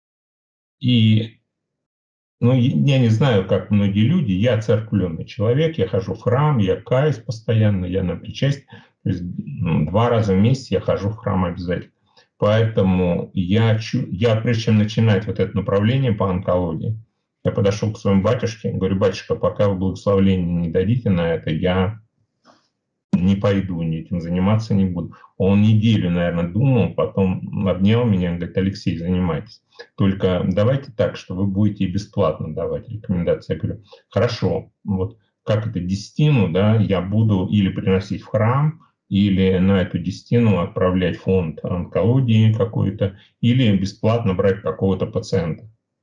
И ну, я не знаю, как многие люди, я церковленный человек, я хожу в храм, я каюсь постоянно, я на причастие. То есть 2 раза в месяц я хожу в храм обязательно. Поэтому я прежде чем начинать вот это направление по онкологии, я подошел к своему батюшке, говорю, батюшка, пока вы благословение не дадите на это, я не пойду, этим заниматься не буду. Он неделю, наверное, думал, потом обнял меня и говорит, Алексей, занимайтесь. Только давайте так, что вы будете и бесплатно давать рекомендации. Я говорю, хорошо, вот как это десятину, да, я буду или приносить в храм, или на эту десятину отправлять в фонд онкологии какой-то, или бесплатно брать какого-то пациента.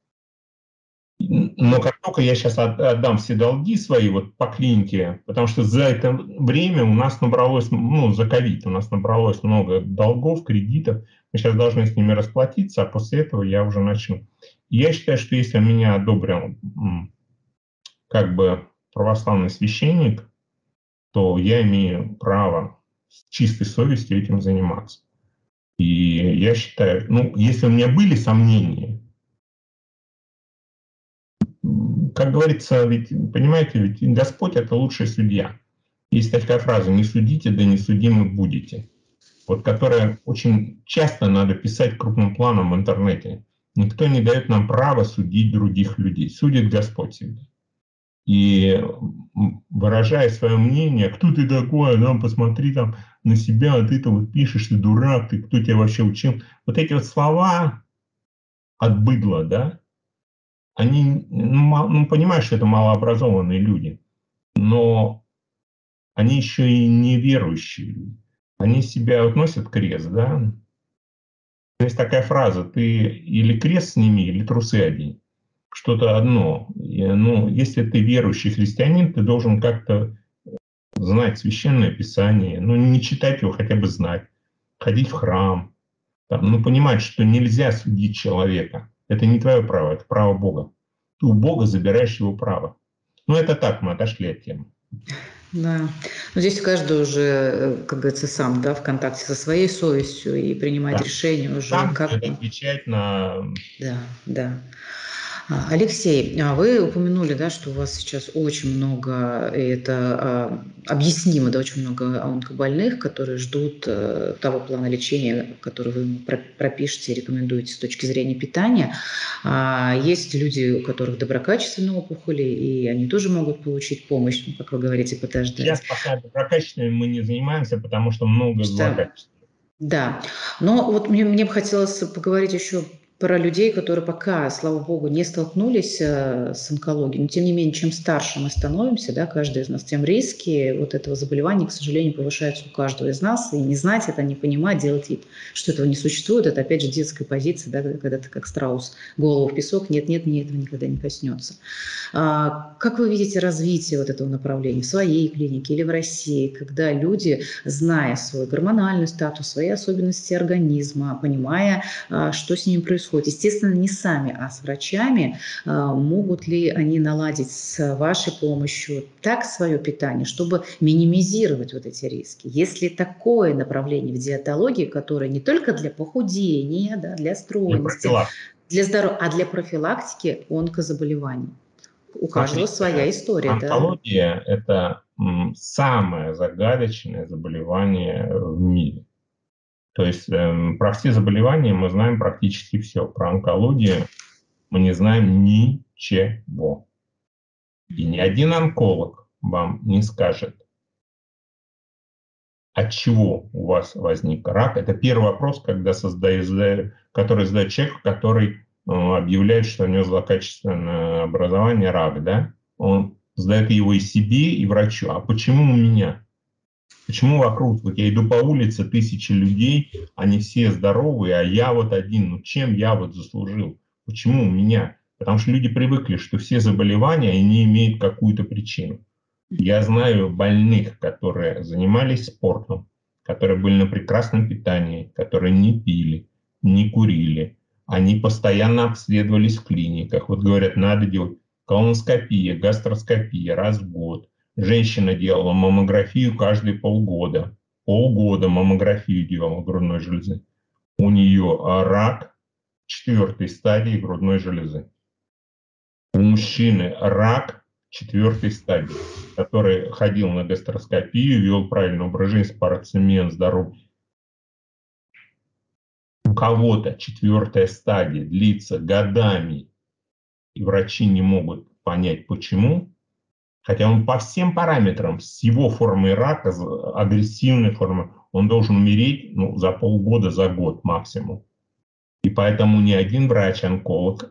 Но как только я сейчас отдам все долги свои вот по клинике, потому что за это время у нас набралось, ну, за ковид у нас набралось много долгов, кредитов, мы сейчас должны с ними расплатиться, а после этого я уже начну. И я считаю, что если меня одобрил как бы православный священник, то я имею право с чистой совестью этим заниматься. И я считаю, ну, если у меня были сомнения, как говорится, ведь, понимаете, ведь Господь – это лучший судья. Есть такая фраза «не судите, да не судимы будете», вот которая очень часто надо писать крупным планом в интернете. Никто не дает нам права судить других людей. Судит Господь всегда. И выражая свое мнение, кто ты такой, нам посмотри там на себя, а ты-то вот пишешь, ты дурак, ты кто тебя вообще учил. Вот эти вот слова от быдла, да, они, понимаешь, что это малообразованные люди, но они еще и неверующие люди. Они себя вот носят крест, да. Есть такая фраза: ты или крест сними, или трусы одень. Что-то одно. Ну, если ты верующий христианин, ты должен как-то знать священное писание, ну, не читать его, хотя бы знать, ходить в храм, там, ну, понимать, что нельзя судить человека. Это не твое право, это право Бога. Ты у Бога забираешь его право. Ну, это так, мы отошли от темы. Да. Но здесь каждый уже, как говорится, сам, да, в контакте со своей совестью и принимать Да. решение уже, Сам как... будет отвечать на... Да, да. Алексей, вы упомянули, да, что у вас сейчас очень много, и это объяснимо, да, очень много онкобольных, которые ждут того плана лечения, который вы пропишете и рекомендуете с точки зрения питания. Есть люди, у которых доброкачественные опухоли, и они тоже могут получить помощь, ну, как вы говорите, подождать. Сейчас пока доброкачественными мы не занимаемся, потому что много злокачественных. Да, но вот мне бы хотелось поговорить еще про людей, которые пока, слава богу, не столкнулись с онкологией. Но тем не менее, чем старше мы становимся, да, каждый из нас, тем риски вот этого заболевания, к сожалению, повышаются у каждого из нас. И не знать это, не понимать, делать вид, что этого не существует, это опять же детская позиция, да, когда ты как страус голову в песок, нет-нет, мне этого никогда не коснется. Как вы видите развитие вот этого направления в своей клинике или в России, когда люди, зная свой гормональный статус, свои особенности организма, понимая, что с ними происходит, естественно, не сами, а с врачами, могут ли они наладить с вашей помощью так свое питание, чтобы минимизировать вот эти риски? Есть ли такое направление в диетологии, которое не только для похудения, да, для стройности, для здоровья, а для профилактики онкозаболеваний? У каждого своя история, онкология – это самое загадочное заболевание в мире. То есть про все заболевания мы знаем практически все. Про онкологию мы не знаем ничего. И ни один онколог вам не скажет, от чего у вас возник рак. Это первый вопрос, который задает человек, который объявляет, что у него злокачественное образование, рак, да? Он задает его и себе, и врачу. А почему у меня? Почему вокруг? Вот я иду по улице, тысячи людей, они все здоровые, а я вот один. Ну чем я вот заслужил? Почему у меня? Потому что люди привыкли, что все заболевания, они имеют какую-то причину. Я знаю больных, которые занимались спортом, которые были на прекрасном питании, которые не пили, не курили. Они постоянно обследовались в клиниках. Вот говорят, надо делать колоноскопия, гастроскопия раз в год. Женщина делала маммографию каждые полгода. Полгода маммографию делала грудной железы. У нее рак 4 стадии грудной железы. У мужчины рак 4 стадии, который ходил на гастроскопию, вел правильный образ жизни, спортсмен, здоровый. У кого-то 4 стадия длится годами, и врачи не могут понять, почему. Хотя он по всем параметрам, с его формой рака, агрессивной формой, он должен умереть за полгода, за год максимум. И поэтому ни один врач-онколог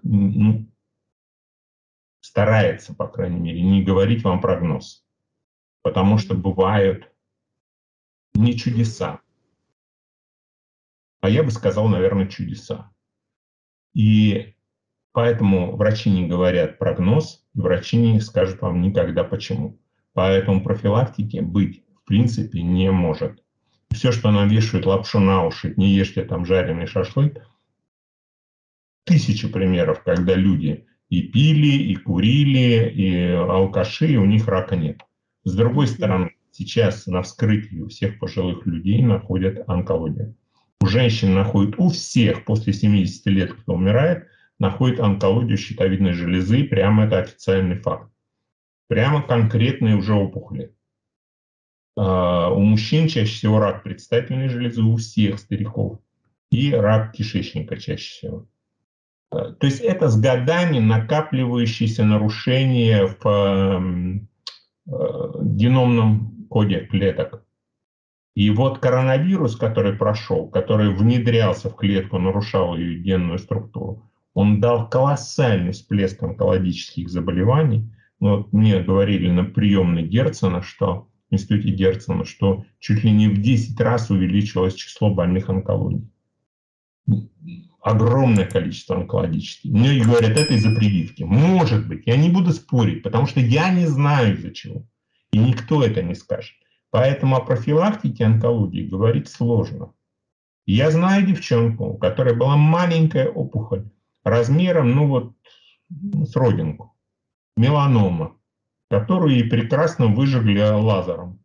старается, по крайней мере, не говорить вам прогноз. Потому что бывают не чудеса, а я бы сказал, наверное, чудеса. И поэтому врачи не говорят прогноз, и врачи не скажут вам никогда почему. Поэтому профилактики быть в принципе не может. Все, что нам вешают лапшу на уши, не ешьте там жареный шашлык, тысячи примеров, когда люди и пили, и курили, и алкаши, и у них рака нет. С другой стороны, сейчас на вскрытии у всех пожилых людей находят онкологию. У женщин находят, у всех после 70 лет, кто умирает, находят онкологию щитовидной железы, прямо это официальный факт. Прямо конкретные уже опухоли. У мужчин чаще всего рак предстательной железы, у всех стариков, и рак кишечника чаще всего. То есть это с годами накапливающиеся нарушения в геномном коде клеток. И вот коронавирус, который прошел, который внедрялся в клетку, нарушал ее генную структуру, он дал колоссальный всплеск онкологических заболеваний. Вот мне говорили на приемной Герцена, что в институте Герцена, что чуть ли не в 10 раз увеличилось число больных онкологией. Огромное количество онкологических. Мне говорят, это из-за прививки. Может быть, я не буду спорить, потому что я не знаю из-за чего. И никто это не скажет. Поэтому о профилактике онкологии говорить сложно. Я знаю девчонку, у которой была маленькая опухоль размером, с родинку, меланома, которую ей прекрасно выжгли лазером.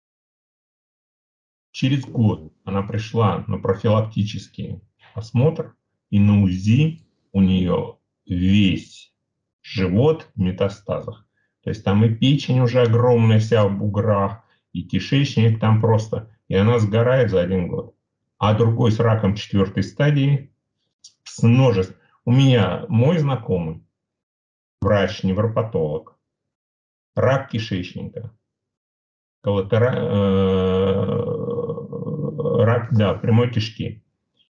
Через год она пришла на профилактический осмотр, и на УЗИ у нее весь живот в метастазах. То есть там и печень уже огромная вся в буграх, и кишечник там просто, и она сгорает за 1 год. А другой с раком 4-й стадии, с множеством. У меня мой знакомый, врач, невропатолог, рак кишечника, рак, прямой кишки.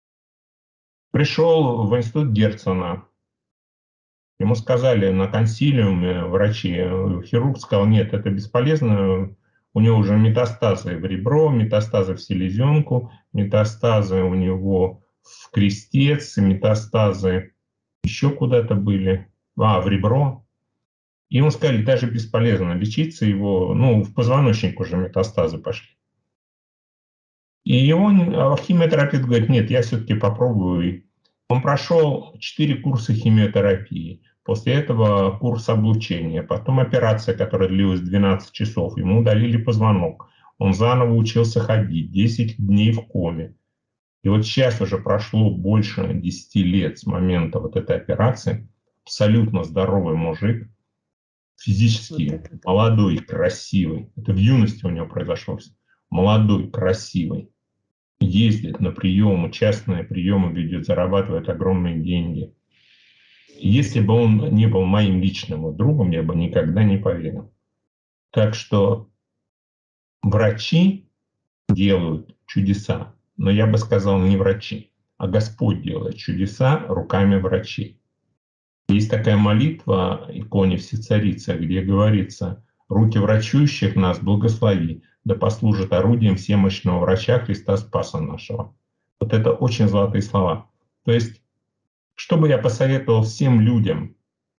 Пришел в институт Герцена. Ему сказали на консилиуме врачи, хирург сказал, нет, это бесполезно, у него уже метастазы в ребро, метастазы в селезенку, метастазы у него в крестец, метастазы еще куда-то были, в ребро. И ему сказали, даже бесполезно лечиться его, в позвоночник уже метастазы пошли. И его химиотерапевт говорит, нет, я все-таки попробую. Он прошел 4 курса химиотерапии, после этого курс облучения, потом операция, которая длилась 12 часов, ему удалили позвонок, он заново учился ходить, 10 дней в коме. И вот сейчас уже прошло больше 10 лет с момента вот этой операции, абсолютно здоровый мужик, физически молодой, красивый, это в юности у него произошло, молодой, красивый, ездит на приемы, частные приемы ведет, зарабатывает огромные деньги. Если бы он не был моим личным другом, я бы никогда не поверил. Так что врачи делают чудеса, но я бы сказал не врачи, а Господь делает чудеса руками врачей. Есть такая молитва иконе Всецарицы, где говорится: «Руки врачующих нас благослови, да послужат орудием всемощного врача Христа Спаса нашего». Вот это очень золотые слова. То есть, что бы я посоветовал всем людям?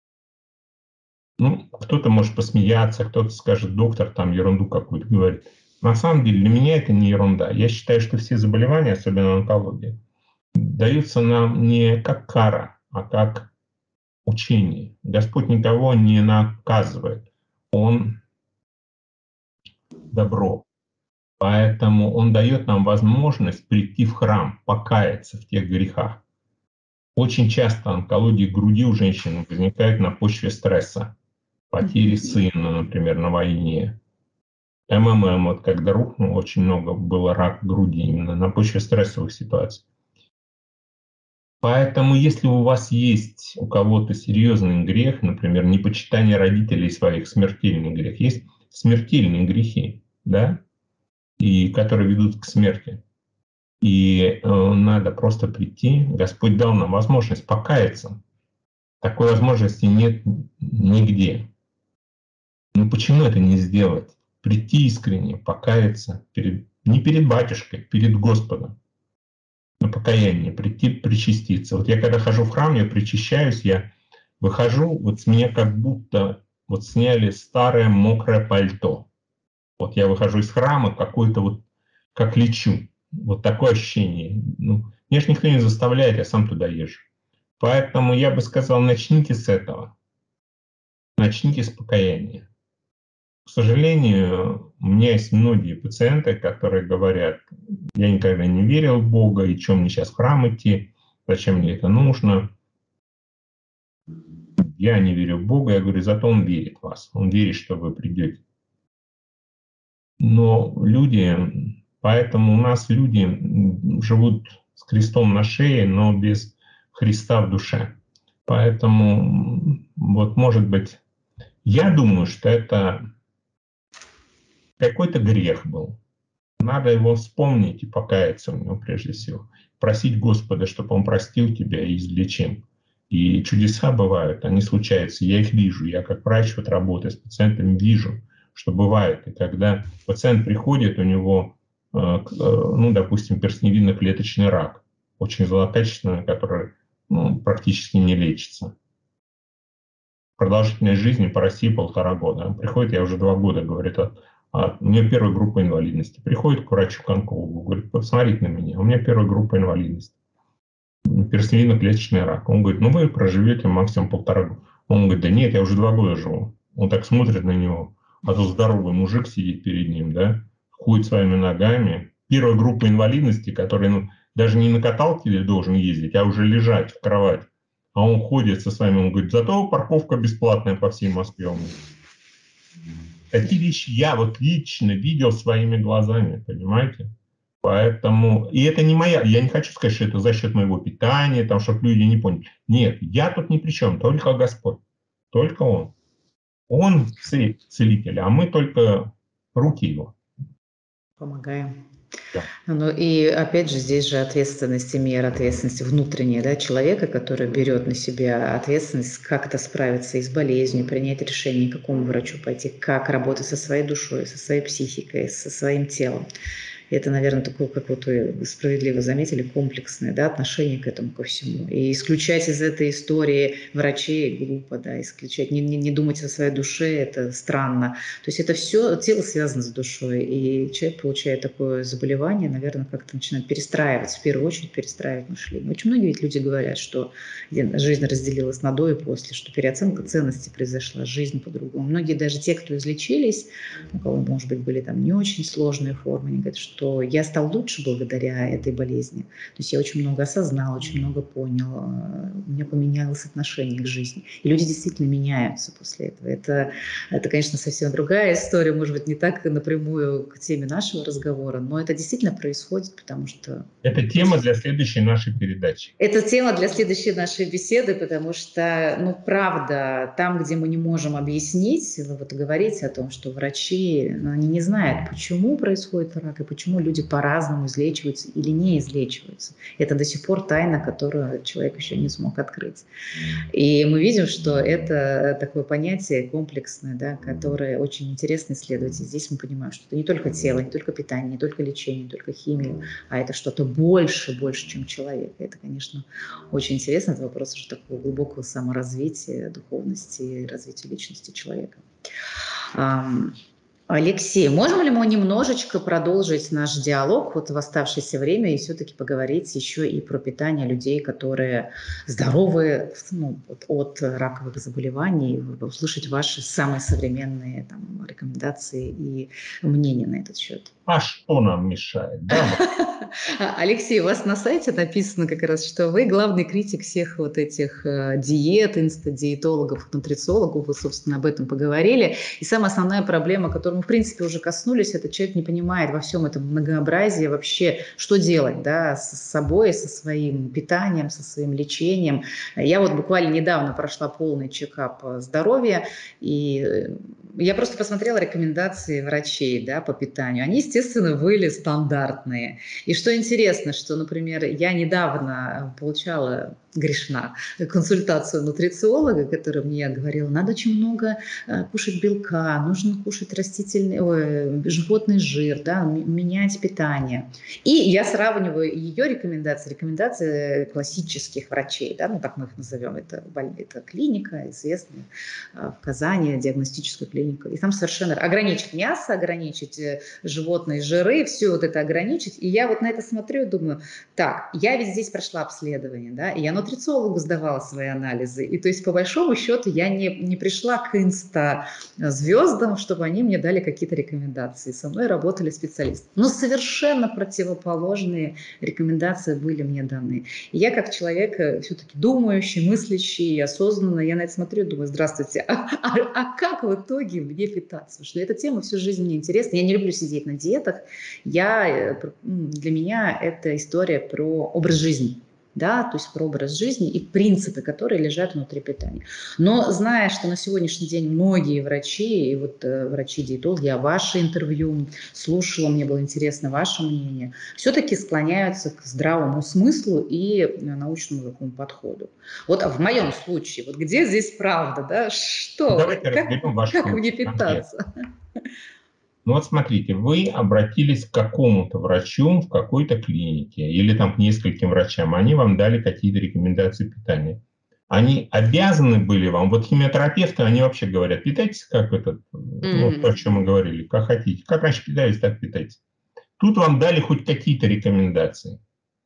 Кто-то может посмеяться, кто-то скажет, доктор там ерунду какую-то говорит. На самом деле для меня это не ерунда. Я считаю, что все заболевания, особенно онкология, даются нам не как кара, а как учение. Господь никого не наказывает. Он добро. Поэтому Он дает нам возможность прийти в храм, покаяться в тех грехах. Очень часто онкология груди у женщин возникает на почве стресса. Потери сына, например, на войне. МММ, вот когда рухнул, очень много было рак груди именно на почве стрессовых ситуаций. Поэтому, если у вас есть у кого-то серьезный грех, например, непочитание родителей своих, смертельный грех, есть смертельные грехи, да, и которые ведут к смерти. И надо просто прийти. Господь дал нам возможность покаяться. Такой возможности нет нигде. Почему это не сделать? Прийти искренне, покаяться не перед батюшкой, перед Господом. На покаяние, прийти причаститься. Вот я когда хожу в храм, я причащаюсь, я выхожу, вот с меня как будто сняли старое мокрое пальто. Вот я выхожу из храма, какой-то как лечу. Вот такое ощущение. Меня же никто не заставляет, я сам туда езжу. Поэтому я бы сказал, начните с этого. Начните с покаяния. К сожалению, у меня есть многие пациенты, которые говорят, я никогда не верил в Бога, и чем мне сейчас в храм идти, зачем мне это нужно. Я не верю в Бога, я говорю, зато Он верит в вас, Он верит, что вы придете. Но поэтому у нас люди живут с крестом на шее, но без Христа в душе. Поэтому, может быть, я думаю, что это какой-то грех был. Надо его вспомнить и покаяться в него прежде всего. Просить Господа, чтобы Он простил тебя и излечил. И чудеса бывают, они случаются. Я их вижу. Я как врач, вот работая с пациентами, вижу, что бывает. И когда пациент приходит, у него, ну, допустим, перстневидно-клеточный рак, очень злокачественный, который практически не лечится. Продолжительность жизни по России 1,5 года. Он приходит, я уже 2 года, говорит, у меня первая группа инвалидности. Приходит к врачу, к онкологу, говорит, посмотрите на меня, у меня первая группа инвалидности. Перстневидно-клеточный рак. Он говорит, ну вы проживете максимум 1,5 года. Он говорит, да нет, я уже 2 года живу. Он так смотрит на него, а то здоровый мужик сидит перед ним, да, ходит своими ногами. Первая группа инвалидности, который даже не на каталке должен ездить, а уже лежать в кровати. А он ходит со своими, он говорит, зато парковка бесплатная по всей Москве у меня. Такие вещи я вот лично видел своими глазами, понимаете? Поэтому, и это не моя, я не хочу сказать, что это за счет моего питания, там, чтобы люди не поняли. Нет, я тут ни при чем, только Господь, только Он. Он целитель, а мы только руки Его. Помогаем. Да. Ну и опять же, здесь же ответственность и мера ответственности внутренняя, да, человека, который берет на себя ответственность, как это справиться и с болезнью, принять решение, к какому врачу пойти, как работать со своей душой, со своей психикой, со своим телом. И это, наверное, такое, как вот вы справедливо заметили, комплексное, да, отношение к этому, ко всему. И исключать из этой истории врачей глупо, да, исключать, не думать о своей душе, это странно. То есть это все, тело связано с душой, и человек получает такое заболевание, наверное, как-то начинает перестраивать, в первую очередь перестраивать мышление. Очень многие ведь люди говорят, что жизнь разделилась на до и после, что переоценка ценностей произошла, жизнь по-другому. Многие даже те, кто излечились, у кого, может быть, были там не очень сложные формы, они говорят, что я стал лучше благодаря этой болезни. То есть я очень много осознал, очень много понял. У меня поменялось отношение к жизни. И люди действительно меняются после этого. Это, конечно, совсем другая история, может быть, не так напрямую к теме нашего разговора, но это действительно происходит, потому что... Это тема для следующей нашей передачи. Это тема для следующей нашей беседы, потому что, ну, правда, там, где мы не можем объяснить, вы вот говорите о том, что врачи, они не знают, почему происходит рак и почему люди по-разному излечиваются или не излечиваются. Это до сих пор тайна, которую человек еще не смог открыть. И мы видим, что это такое понятие комплексное, да, которое очень интересно исследовать. И здесь мы понимаем, что это не только тело, не только питание, не только лечение, не только химия, а это что-то больше, чем человек. И это, конечно, очень интересно. Это вопрос уже такого глубокого саморазвития, духовности и развития личности человека. Алексей, можем ли мы немножечко продолжить наш диалог вот в оставшееся время и все-таки поговорить еще и про питание людей, которые здоровы, ну, от раковых заболеваний, услышать ваши самые современные там, рекомендации и мнения на этот счет? А что нам мешает? Да. Алексей, у вас на сайте написано как раз, что вы главный критик всех вот этих диет, инстадиетологов, нутрициологов. Вы, собственно, об этом поговорили. И самая основная проблема, которую мы, в принципе, уже коснулись, это человек не понимает во всем этом многообразии вообще, что делать, да, с собой, со своим питанием, со своим лечением. Я вот буквально недавно прошла полный чекап здоровья, и я просто посмотрела рекомендации врачей, да, по питанию. Они, естественно, были стандартные. И что интересно, что, например, я недавно получала, грешна, консультацию нутрициолога, который мне говорил, надо очень много кушать белка, нужно кушать животный жир, да, менять питание. И я сравниваю ее рекомендации классических врачей, да, ну так мы их назовем, это клиника известная в Казани, диагностическая клиника. И там совершенно ограничить мясо, ограничить животные жиры, все вот это ограничить. И я вот на это смотрю и думаю, так, я ведь здесь прошла обследование, да, и я нутрициологу сдавала свои анализы. И то есть, по большому счету, я не пришла к инста-звездам, чтобы они мне дали какие-то рекомендации. Со мной работали специалисты. Но совершенно противоположные рекомендации были мне даны. И я как человек все-таки думающий, мыслящий, осознанно, я на это смотрю и думаю, здравствуйте, а как в итоге мне питаться? Потому что эта тема всю жизнь мне интересна. Я не люблю сидеть на диетах. Для меня это история про образ жизни. да, то есть про образ жизни и принципы, которые лежат внутри питания. Но зная, что на сегодняшний день многие врачи, и вот врачи-диетологи, я ваше интервью слушала, мне было интересно ваше мнение, все-таки склоняются к здравому смыслу и научному такому подходу. Вот в моем случае, вот где здесь правда, да, что, Давайте разберем ваш как случай мне питаться? Ну вот смотрите, вы обратились к какому-то врачу в какой-то клинике или там к нескольким врачам, они вам дали какие-то рекомендации питания. Они обязаны были вам, вот химиотерапевты, они вообще говорят, питайтесь как этот, ну, то, о чем мы говорили, как хотите, как раньше питались, так питайтесь. Тут вам дали хоть какие-то рекомендации.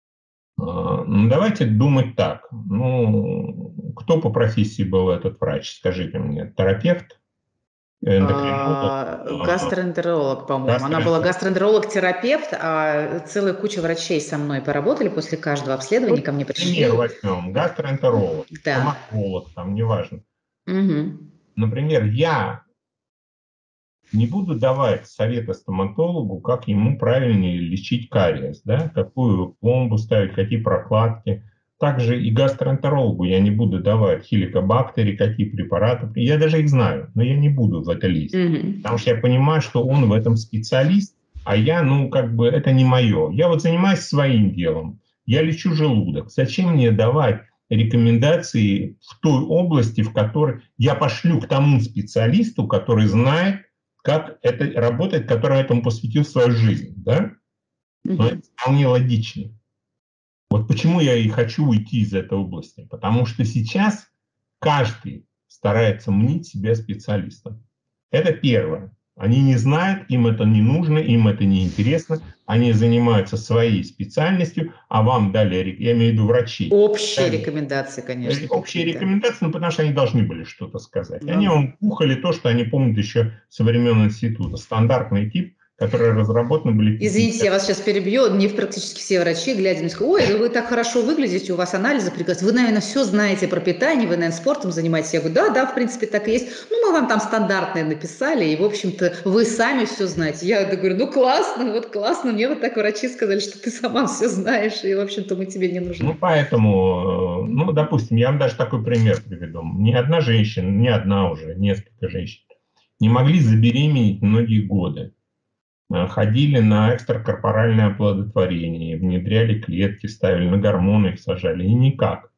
Ну, давайте думать так. Ну, кто по профессии был этот врач? Скажите мне, терапевт? Эндокринолог? Гастроэнтеролог, по-моему. Она была гастроэнтеролог-терапевт, а целая куча врачей со мной поработали после каждого обследования, ко мне пришли. Пример возьмем. Гастроэнтеролог, Да. стоматолог, там, неважно. Угу. Например, я не буду давать совета стоматологу, как ему правильнее лечить кариес, да, какую пломбу ставить, какие прокладки. Также и гастроэнтерологу я не буду давать хеликобактерии, какие препараты. Я даже их знаю, но я не буду в это лезть. Потому что я понимаю, что он в этом специалист, а я, ну, как бы, это не мое. Я вот занимаюсь своим делом. Я лечу желудок. Зачем мне давать рекомендации в той области, в которой я пошлю к тому специалисту, который знает, как это работает, который этому посвятил свою жизнь, да? Но это вполне логично. Вот почему я и хочу уйти из этой области. Потому что сейчас каждый старается мнить себя специалистом. Это первое. Они не знают, им это не нужно, им это не интересно. Они занимаются своей специальностью, а вам дали, я имею в виду врачи. Общие рекомендации, конечно. Общие рекомендации, но потому что они должны были что-то сказать. Они вам ухали то, что они помнят еще со времен института. Стандартный тип, которые разработаны были... Извините, я вас сейчас перебью. Мне практически все врачи, глядя, мне сказали: ой, вы так хорошо выглядите, у вас анализы прекрасные. Вы, наверное, все знаете про питание, вы, наверное, спортом занимаетесь. Я говорю: да, в принципе, так и есть. Ну, мы вам там стандартные написали, и, в общем-то, вы сами все знаете. Я говорю: ну, классно, вот классно. Мне вот так врачи сказали, что ты сама все знаешь, и, в общем-то, мы тебе не нужны. Ну, поэтому, ну, допустим, я вам даже такой пример приведу. Ни одна женщина, не одна уже, несколько женщин, не могли забеременеть многие годы. Ходили на экстракорпоральное оплодотворение, внедряли клетки, ставили на гормоны, их сажали, и никак.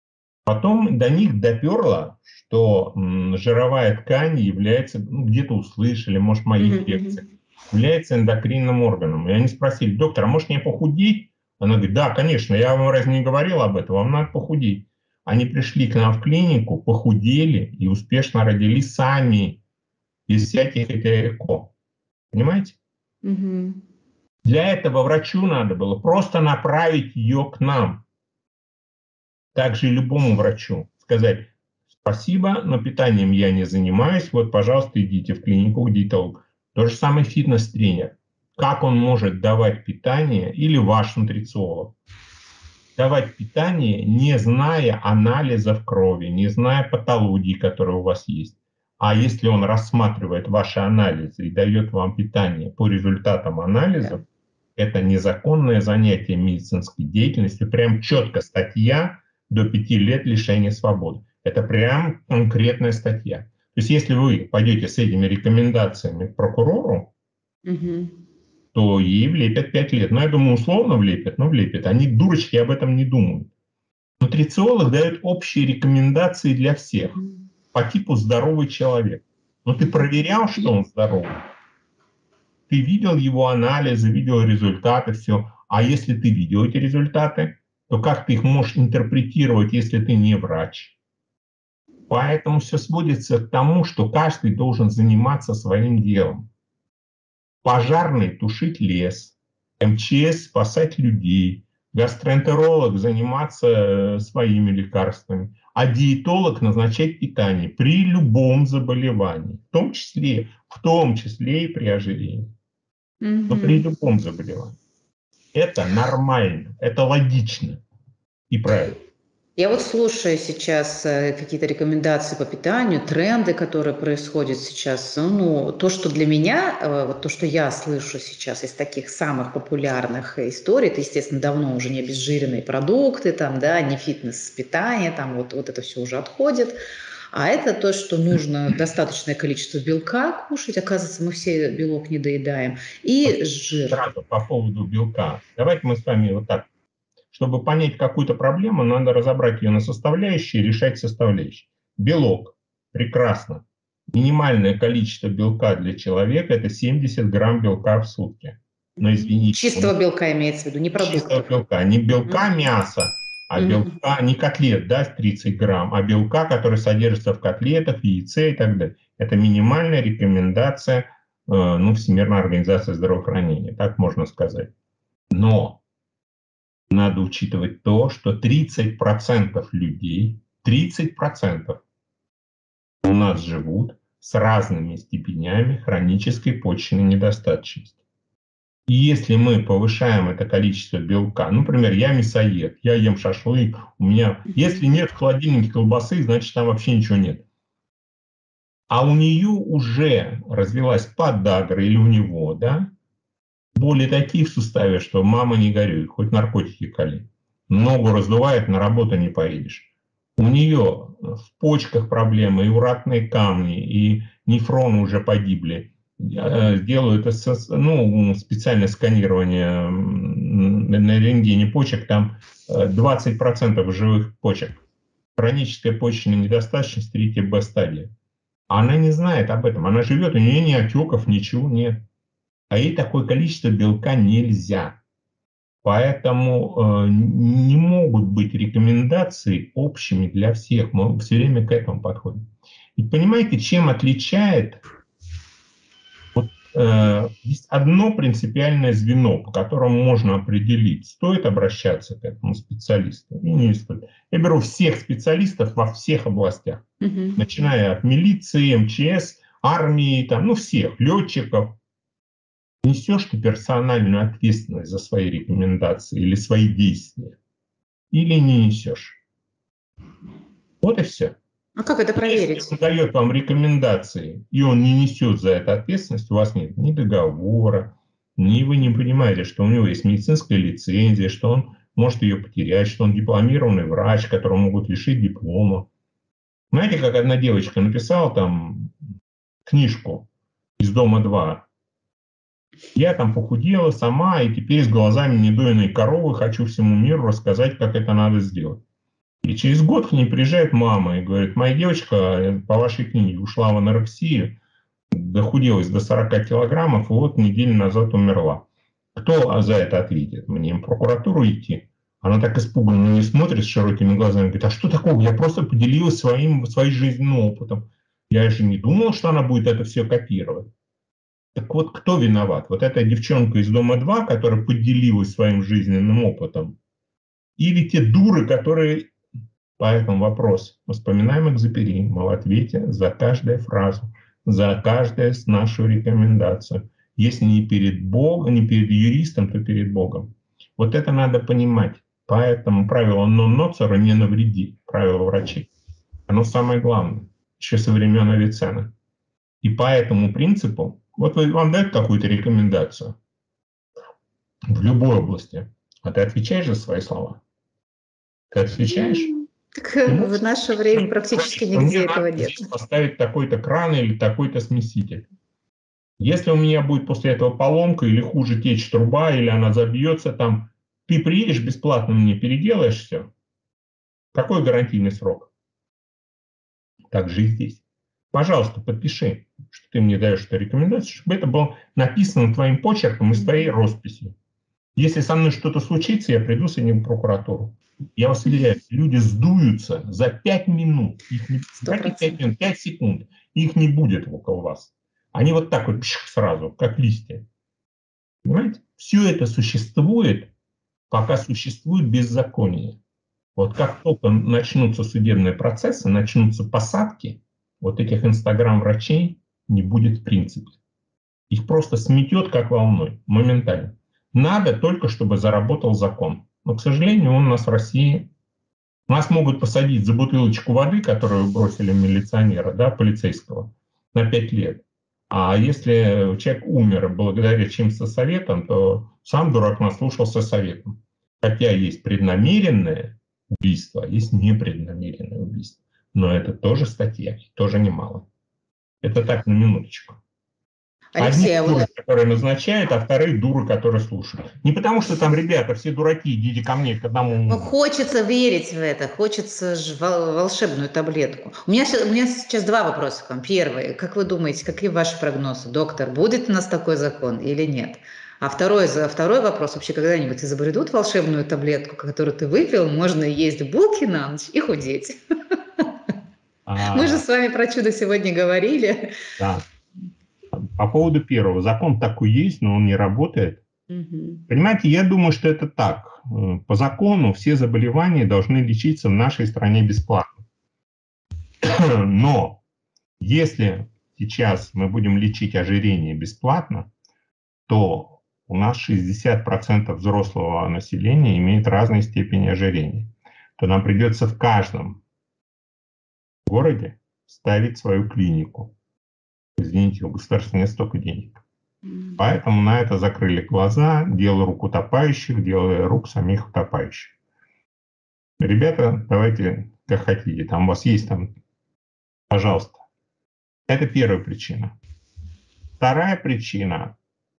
Потом до них доперло, что жировая ткань является, ну, где-то услышали, может, моих лекциях, является эндокринным органом. И они спросили: доктор, а может мне похудеть? Она говорит: да, конечно, я вам разве не говорил об этом, вам надо похудеть. Они пришли к нам в клинику, похудели и успешно родили сами, без всяких ЭКО. Понимаете? Для этого врачу надо было просто направить ее к нам. Также и любому врачу сказать: спасибо, но питанием я не занимаюсь, вот, пожалуйста, идите в клинику к диетологу. То же самое фитнес-тренер. Как он может давать питание, или ваш нутрициолог, давать питание, не зная анализов крови, не зная патологии, которые у вас есть. А если он рассматривает ваши анализы и дает вам питание по результатам анализов, это незаконное занятие медицинской деятельностью, прям четко статья до 5 лет лишения свободы. Это прям конкретная статья. То есть если вы пойдете с этими рекомендациями к прокурору, то ей влепят 5 лет. Ну, я думаю, условно влепят, но влепят. Они, дурочки, об этом не думают. Нутрициолог дает общие рекомендации для всех по типу здоровый человек. Но ты проверял, что он здоровый? Ты видел его анализы, видел результаты, все. А если ты видел эти результаты, то как ты их можешь интерпретировать, если ты не врач? Поэтому все сводится к тому, что каждый должен заниматься своим делом. Пожарный – тушить лес, МЧС – спасать людей, гастроэнтеролог – заниматься своими лекарствами, а диетолог – назначать питание при любом заболевании, в том числе и при ожирении. Но при любом заболевании. Это нормально, это логично и правильно. Я вот слушаю сейчас какие-то рекомендации по питанию, тренды, которые происходят сейчас. Ну, то, что для меня, вот то, что я слышу сейчас из таких самых популярных историй, это, естественно, давно уже не обезжиренные продукты, там, да, не фитнес-питание, там вот это все уже отходит. А это то, что нужно достаточное количество белка кушать. Оказывается, мы все белок не доедаем. И жир. Сразу по поводу белка. Давайте мы с вами вот так. Чтобы понять какую-то проблему, надо разобрать ее на составляющие и решать составляющие. Белок. Прекрасно. Минимальное количество белка для человека – это 70 грамм белка в сутки. Но извините. Чистого белка имеется в виду, не Чистого продуктов. белка. Не белка мяса, а белка, не котлет, да, 30 грамм, а белка, который содержится в котлетах, яйце и так далее. Это минимальная рекомендация Всемирной организации здравоохранения, так можно сказать. Но надо учитывать то, что 30% людей, 30% у нас живут с разными степенями хронической почечной недостаточности. И если мы повышаем это количество белка, например, я мясоед, я ем шашлык, у меня, если нет в холодильнике колбасы, значит там вообще ничего нет. А у нее уже развилась подагра или у него, да, боли такие в суставе, что мама не горюй, хоть наркотики кали. Ногу раздувает, на работу не поедешь. У нее в почках проблемы, и уратные камни, и нефроны уже погибли. Делают специальное сканирование на рентгене почек, там 20% живых почек. Хроническая почечная недостаточность, 3 Б-стадия. Она не знает об этом, она живет, у нее ни отеков, ничего нет. А ей такое количество белка нельзя. Поэтому не могут быть рекомендации общими для всех. Мы все время к этому подходим. И понимаете, чем отличает? Есть одно принципиальное звено, по которому можно определить, стоит обращаться к этому специалисту или не стоит. Я беру всех специалистов во всех областях, начиная от милиции, МЧС, армии, всех, летчиков. Несешь ты персональную ответственность за свои рекомендации или свои действия? Или не несешь? Вот и все. А как это проверить? Если он дает вам рекомендации, и он не несет за это ответственность, у вас нет ни договора, ни вы не понимаете, что у него есть медицинская лицензия, что он может ее потерять, что он дипломированный врач, которого могут лишить диплома. Знаете, как одна девочка написала там книжку «Из дома-2». Я там похудела сама, и теперь с глазами недоенной коровы хочу всему миру рассказать, как это надо сделать. И через год к ней приезжает мама и говорит: моя девочка по вашей книге ушла в анорексию, дохуделась до 40 килограммов, и вот неделю назад умерла. Кто за это ответит? Мне в прокуратуру идти? Она так испуганно на нее смотрит с широкими глазами, говорит: а что такого? Я просто поделилась своим жизненным опытом. Я же не думал, что она будет это все копировать. Так вот, кто виноват? Вот эта девчонка из дома-2, которая поделилась своим жизненным опытом? Или те дуры, которые... Поэтому вопрос. Вспоминаем Экзюпери. Мы в ответе за каждую фразу, за каждую нашу рекомендацию. Если не перед Богом, не перед юристом, то перед Богом. Вот это надо понимать. Поэтому правило non nocere не навреди, правило врачей. Оно самое главное, еще со времен Авиценны. И по этому принципу, вот вам дают какую-то рекомендацию в любой области, а ты отвечаешь за свои слова? Ты отвечаешь? Так в наше время практически нигде этого нет. Поставить такой-то кран или такой-то смеситель. Если у меня будет после этого поломка или хуже течь труба, или она забьется там, ты приедешь бесплатно мне, переделаешь все. Какой гарантийный срок? Так же и здесь. Пожалуйста, подпиши, что ты мне даешь эту рекомендацию, чтобы это было написано твоим почерком и с твоей росписью. Если со мной что-то случится, я приду с этим в прокуратуру. Я вас уверяю, люди сдуются за 5 минут. Их не, 5 минут, 5 секунд. Их не будет около вас. Они вот так вот сразу, как листья. Понимаете? Все это существует, пока существует беззаконие. Вот как только начнутся судебные процессы, начнутся посадки, вот этих инстаграм-врачей не будет в принципе. Их просто сметет как волной, моментально. Надо только, чтобы заработал закон. Но, к сожалению, он у нас в России Нас могут посадить за бутылочку воды, которую бросили милиционера, да, полицейского, на 5 лет. А если человек умер благодаря чьим-то советам, то сам дурак наслушался советом. Хотя есть преднамеренное убийство, а есть непреднамеренное убийство. Но это тоже статья, тоже немало. Это так, на минуточку. Одни Алексей, а вот дуры, которые назначают, а вторые дуры, которые слушают. Не потому, что там ребята все дураки, идите ко мне, к одному. хочется верить в это, хочется волшебную таблетку. У меня сейчас два вопроса к вам. Первый, как вы думаете, какие ваши прогнозы, доктор, будет у нас такой закон или нет? А второй вопрос, вообще когда-нибудь изобретут волшебную таблетку, которую ты выпил, можно есть булки на ночь и худеть? Мы же А, с вами про чудо сегодня говорили. да. По поводу первого. Закон такой есть, но он не работает. Мгм. Понимаете, я думаю, что это так. По закону все заболевания должны лечиться в нашей стране бесплатно. Но если сейчас мы будем лечить ожирение бесплатно, то у нас 60% взрослого населения имеет разные степени ожирения. То нам придется в каждом городе ставить свою клинику. Извините, у государства нет столько денег. Поэтому на это закрыли глаза, дело рук утопающих, дело рук самих утопающих. Ребята, давайте как хотите, там у вас есть там, пожалуйста. Это первая причина. Вторая причина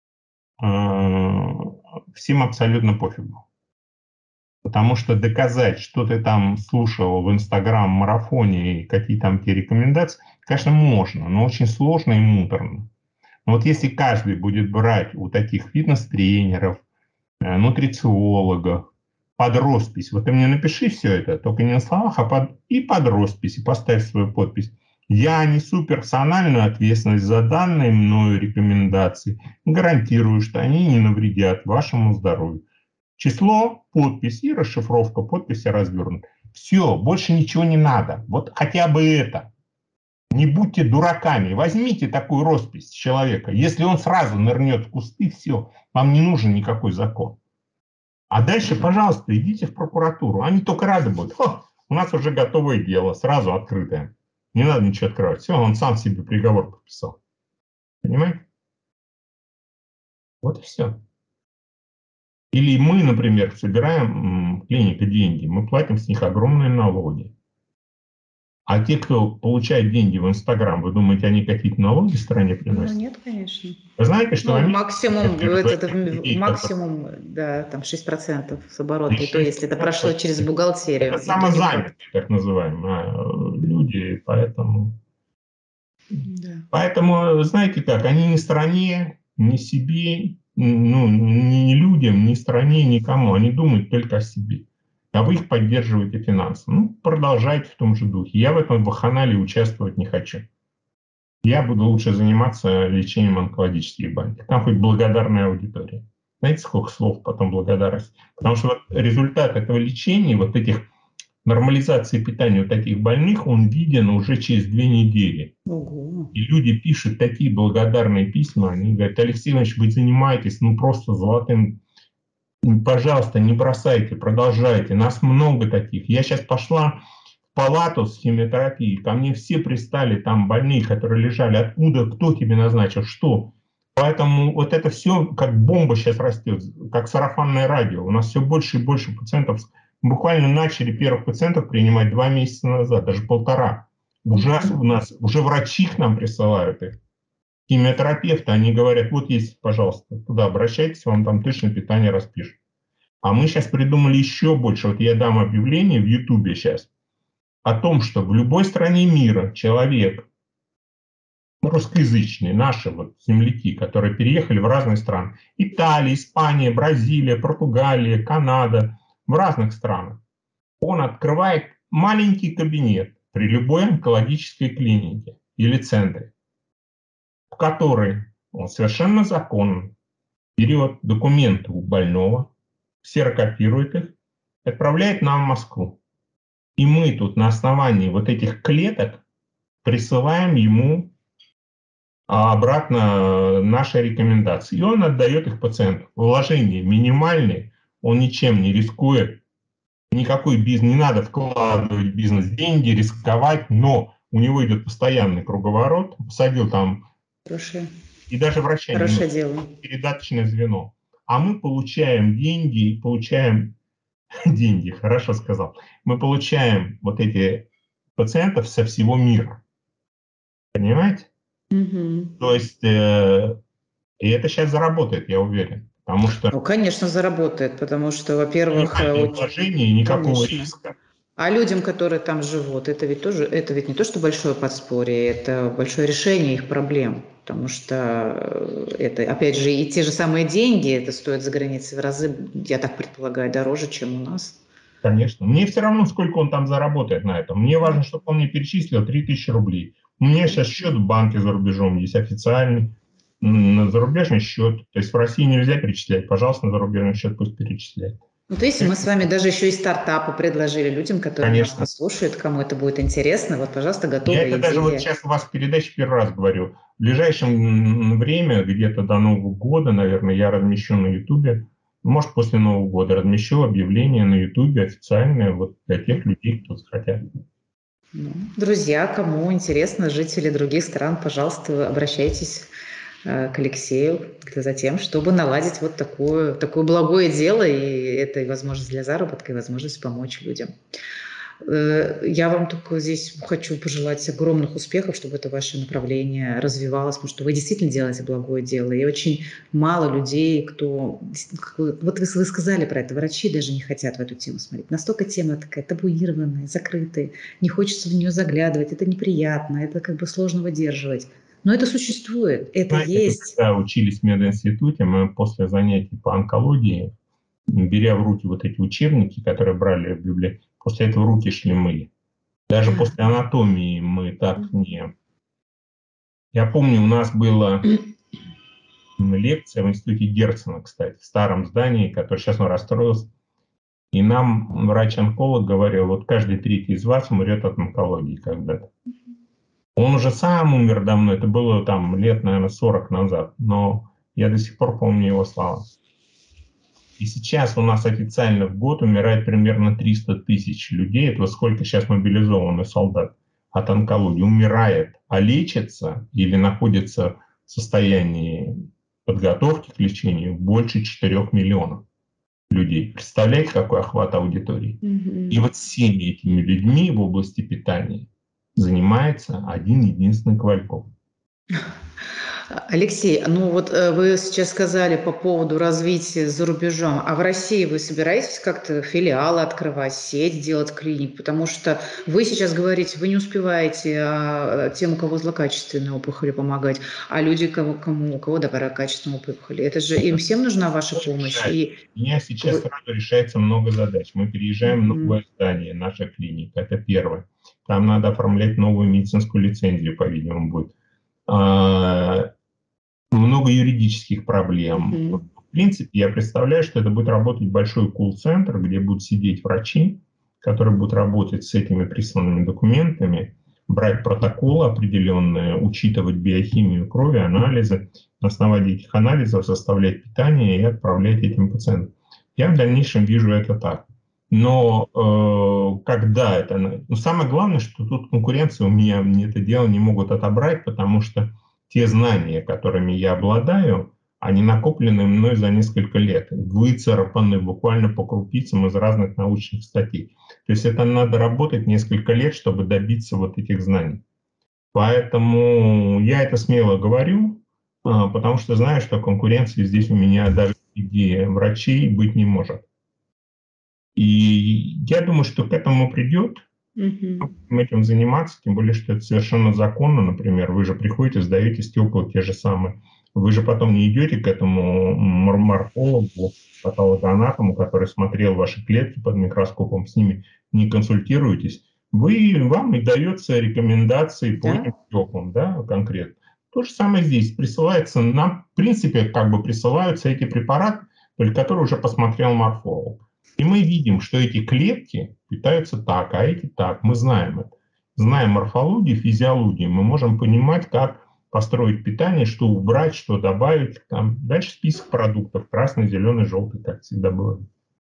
всем абсолютно пофигу. Потому что доказать, что ты там слушал в Инстаграм-марафоне и какие там тебе рекомендации, конечно, можно, но очень сложно и муторно. Но вот если каждый будет брать у таких фитнес-тренеров, нутрициологов, под роспись, вот ты мне напиши все это, только не на словах, а под роспись, и поставь свою подпись. Я несу персональную ответственность за данные мною рекомендации, гарантирую, что они не навредят вашему здоровью. Число, подпись и расшифровка подписи развернута. Все, больше ничего не надо. Вот хотя бы это. Не будьте дураками. Возьмите такую роспись человека. Если он сразу нырнет в кусты, все, вам не нужен никакой закон. А дальше, пожалуйста, идите в прокуратуру. Они только рады будут. У нас уже готовое дело, сразу открытое. Не надо ничего открывать. Все, он сам себе приговор подписал. Понимаете? Вот и все. Или мы, например, собираем клиника деньги, мы платим с них огромные налоги. А те, кто получает деньги в Инстаграм, вы думаете, они какие-то налоги в стране приносят? Ну, нет, конечно. Вы знаете, что Ну, они... максимум, да, там 6% с оборота, и то, если это прошло через бухгалтерию. Это самозанятые, так называемые люди, поэтому... Да. Поэтому, знаете как, они ни стране, ни себе, ну, ни людям, ни стране, никому. Они думают только о себе. А вы их поддерживаете финансово. Ну, продолжайте в том же духе. Я в этом вакханалии участвовать не хочу. Я буду лучше заниматься лечением онкологических больных. Там хоть благодарная аудитория. Знаете, сколько слов потом благодарность? Потому что вот результат этого лечения, вот этих нормализации питания у таких больных, он виден уже через 2 недели. Ого. И люди пишут такие благодарные письма, они говорят: Алексей Иванович, вы занимаетесь просто золотым, пожалуйста, не бросайте, продолжайте, нас много таких. Я сейчас пошла в палату с химиотерапией, ко мне все пристали, там больные, которые лежали, откуда, кто тебе назначил, что. Поэтому вот это все как бомба сейчас растет, как сарафанное радио. У нас все больше и больше пациентов. Буквально начали первых пациентов принимать 2 месяца назад, даже 1,5. Уже у нас, уже врачи к нам присылают их. Химиотерапевты, они говорят: вот есть, пожалуйста, туда обращайтесь, вам там точно питание распишут. А мы сейчас придумали еще больше. Вот я дам объявление в Ютубе сейчас о том, что в любой стране мира человек, русскоязычный, наши вот земляки, которые переехали в разные страны, Италия, Испания, Бразилия, Португалия, Канада, в разных странах, он открывает маленький кабинет при любой онкологической клинике или центре, в который он совершенно законно берет документы у больного, ксерокопирует их, отправляет нам в Москву. И мы тут на основании вот этих клеток присылаем ему обратно наши рекомендации. И он отдает их пациенту. Вложения минимальные, он ничем не рискует. никакой бизнес, не надо вкладывать в бизнес деньги, рисковать, но у него идет постоянный круговорот, посадил там, Хорошее, и даже врача не хорошее нужно, дело. передаточное звено. А мы получаем деньги, получаем деньги, хорошо сказал. Мы получаем вот эти пациентов со всего мира. Понимаете? Мгм. То есть, и это сейчас заработает, я уверен. Потому что Ну, конечно, заработает, потому что, во-первых, минимальное вложение и никакого конечно. риска. А людям, которые там живут, это ведь тоже, это ведь не то, что большое подспорье, это большое решение их проблем. Потому что это, опять же, и те же самые деньги, это стоит за границей в разы, я так предполагаю, дороже, чем у нас. Конечно. Мне все равно, сколько он там заработает на этом. Мне важно, чтобы он мне перечислил 3000 рублей. У меня сейчас счет в банке за рубежом есть официальный, на зарубежный счет. То есть в России нельзя перечислять. Пожалуйста, на зарубежный счет пусть перечисляет. Вот если мы с вами даже еще и стартапы предложили людям, которые нас Конечно. послушают, кому это будет интересно, вот, пожалуйста, Я готовая это даже вот идея. сейчас у вас в передаче первый раз говорю. В ближайшем время, где-то до Нового года, наверное, я размещу на Ютубе, может, после Нового года размещу объявление на Ютубе официальное вот для тех людей, кто захотят. Ну, друзья, кому интересно, жители других стран, пожалуйста, обращайтесь к Алексею за тем, чтобы наладить вот такое благое дело, и это и возможность для заработка, и возможность помочь людям. Я вам только здесь хочу пожелать огромных успехов, чтобы это ваше направление развивалось, потому что вы действительно делаете благое дело. И очень мало людей, кто... Вот вы сказали про это, врачи даже не хотят в эту тему смотреть. Настолько тема такая табуированная, закрытая, не хочется в нее заглядывать, это неприятно, это как бы сложно выдерживать. Но это существует, это Знаете, мы есть. когда учились в мединституте, мы после занятий по онкологии, беря в руки вот эти учебники, которые брали в библиотеке, после этого руки шли мыли. Даже после анатомии мы так не... Я помню, у нас была лекция в институте Герцена, кстати, в старом здании, который сейчас он расстроился. И нам врач-онколог говорил, вот каждый третий из вас умрет от онкологии когда-то. Он уже сам умер давно, это было там лет, наверное, 40 назад, но я до сих пор помню его слова. И сейчас у нас официально в год умирает примерно 300 тысяч людей, это вот сколько сейчас мобилизованных солдат от онкологии умирает, а лечится или находится в состоянии подготовки к лечению больше 4 миллионов людей. Представляете, какой охват аудитории? И вот всеми этими людьми в области питания занимается один единственный Ковальков. Алексей, ну вот вы сейчас сказали по поводу развития за рубежом, а в России вы собираетесь как-то филиалы открывать, сеть делать клиник? Потому что вы сейчас говорите, вы не успеваете тем, у кого злокачественные опухоли, помогать, а люди, у кого доброкачественные опухоли, это же им всем нужна ваша помощь. И У меня сейчас сразу решается много задач. Мы переезжаем в новое здание, наша клиника, это первое. Там надо оформлять новую медицинскую лицензию, по-видимому, будет. Много юридических проблем. В принципе, я представляю, что это будет работать большой колл-центр, где будут сидеть врачи, которые будут работать с этими присланными документами, брать протоколы определенные, учитывать биохимию крови, анализы, на основании этих анализов составлять питание и отправлять этим пациентам. Я в дальнейшем вижу это так. Но когда это... Ну, самое главное, что тут конкуренция у меня мне это дело не могут отобрать, потому что те знания, которыми я обладаю, они накоплены мной за несколько лет, выцарапаны буквально по крупицам из разных научных статей. То есть это надо работать несколько лет, чтобы добиться вот этих знаний. Поэтому я это смело говорю, потому что знаю, что конкуренции здесь у меня даже среди врачей быть не может. И я думаю, что к этому придет. Мы этим заниматься, тем более, что это совершенно законно. Например, вы же приходите, сдаете стекла те же самые. Вы же потом не идете к этому морфологу, патологоанатому, который смотрел ваши клетки под микроскопом, с ними не консультируетесь. Вам и дается рекомендации по этим стеклам, да, конкретно. То же самое здесь. Присылается нам, в принципе, как бы присылаются эти препараты, которые уже посмотрел морфолог. И мы видим, что эти клетки питаются так, а эти так. Мы знаем это. Знаем морфологию, физиологию. Мы можем понимать, как построить питание, что убрать, что добавить. Там. Дальше список продуктов. Красный, зеленый, желтый, как всегда бывает.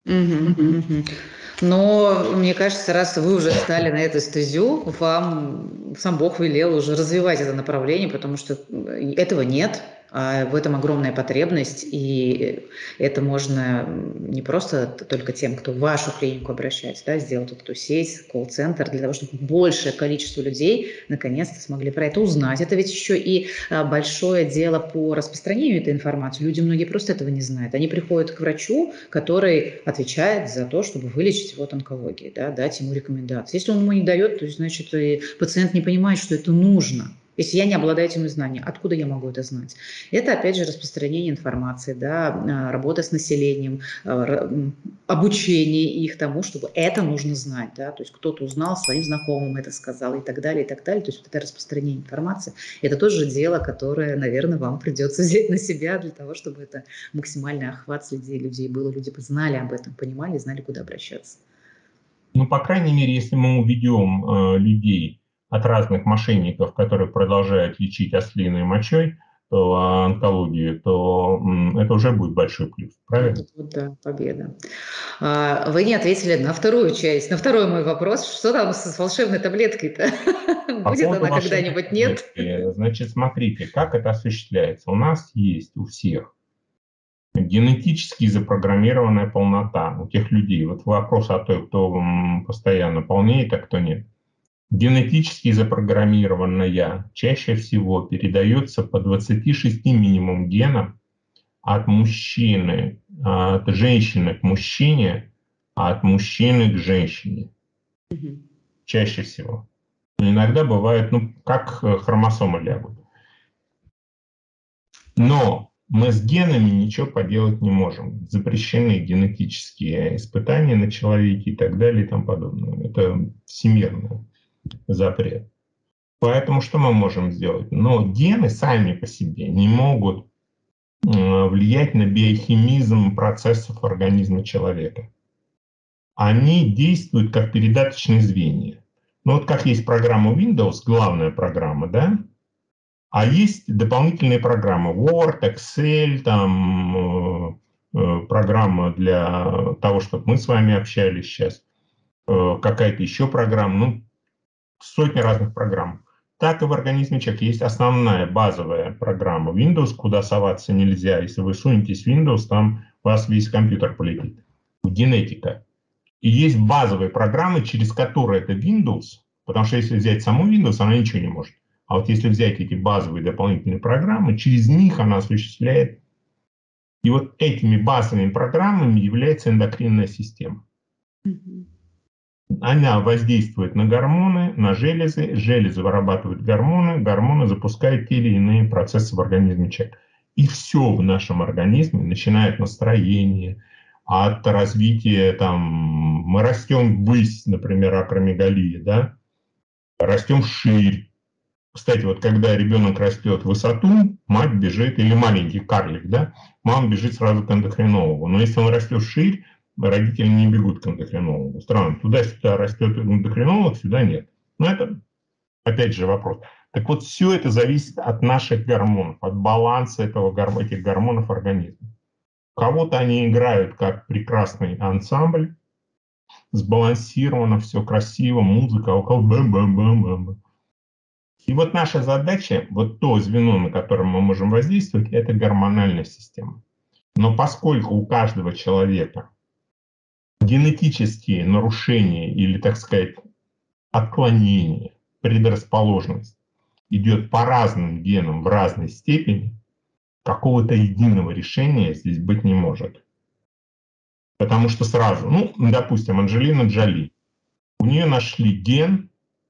Мгм, мгм. Но мне кажется, раз вы уже стали на эту стезю, вам сам Бог велел уже развивать это направление, потому что этого нет, а в этом огромная потребность, и это можно не просто только тем, кто в вашу клинику обращается, да, сделать вот эту сеть, колл-центр, для того, чтобы большее количество людей наконец-то смогли про это узнать. Это ведь еще и большое дело по распространению этой информации. Люди многие просто этого не знают. Они приходят к врачу, который отвечает за то, чтобы вылечить его от онкологии, да, дать ему рекомендации. Если он ему не дает, то значит и пациент не понимает, что это нужно. Если я не обладаю этими знаниями, откуда я могу это знать? Это, опять же, распространение информации, да, работа с населением, обучение их тому, чтобы это нужно знать. Да? То есть кто-то узнал, своим знакомым это сказал и так далее, и так далее. То есть вот это распространение информации, это тоже дело, которое, наверное, вам придется взять на себя для того, чтобы это максимальный охват среди людей был. Люди знали об этом, понимали, знали, куда обращаться. Ну, по крайней мере, если мы уведем людей от разных мошенников, которые продолжают лечить ослиной мочой, онкологию, то это уже будет большой плюс, правильно? Вот, да, победа. Вы не ответили на вторую часть, на второй мой вопрос. Что там с волшебной таблеткой-то? По Будет поводу она волшебной когда-нибудь? Нет? таблетки, значит, смотрите, как это осуществляется. У нас есть у всех генетически запрограммированная полнота у тех людей. Вот вопрос о том, кто постоянно полнеет, а кто нет. Генетически запрограммированная чаще всего передается по 26 минимум генам от мужчины, от женщины к мужчине, а от мужчины к женщине. Мгм. Чаще всего. Но иногда бывает, как хромосомы лягут. Но мы с генами ничего поделать не можем. Запрещены генетические испытания на человеке и так далее и тому подобное. Это всемирный запрет. Поэтому что мы можем сделать? Но гены сами по себе не могут влиять на биохимизм процессов в организме человека. Они действуют как передаточные звенья. Ну вот как есть программа Windows, главная программа, да? А есть дополнительные программы Word, Excel, там программа для того, чтобы мы с вами общались сейчас, какая-то еще программа, сотни разных программ. Так и в организме человека есть основная базовая программа Windows, куда соваться нельзя. Если вы сунетесь в Windows, там у вас весь компьютер полетит. Генетика. И есть базовые программы, через которые это Windows, потому что если взять саму Windows, она ничего не может. А вот если взять эти базовые дополнительные программы, через них она осуществляет. И вот этими базовыми программами является эндокринная система. Мгм. Она воздействует на гормоны, на железы, железы вырабатывают гормоны, гормоны запускают те или иные процессы в организме человека. И все в нашем организме, начиная от настроения, от развития, мы растем ввысь, например, акромегалия, да, растем ширь. Кстати, вот когда ребенок растет в высоту, мать бежит, или маленький карлик, да, мама бежит сразу к эндокринологу. Но если он растет ширь, родители не бегут к эндокринологу. Странно, туда-сюда растет эндокринолог, сюда нет. Но это, опять же, вопрос. Так вот, все это зависит от наших гормонов, от баланса этих гормонов в организме. У кого-то они играют как прекрасный ансамбль, сбалансировано, все красиво, музыка, а у кого бэм-бэм-бэм-бэм. И вот наша задача, вот то звено, на котором мы можем воздействовать, это гормональная система. Но поскольку у каждого человека генетические нарушения или, так сказать, отклонения, предрасположенность идет по разным генам в разной степени, какого-то единого решения здесь быть не может. Потому что сразу, допустим, Анджелина Джоли, у нее нашли ген,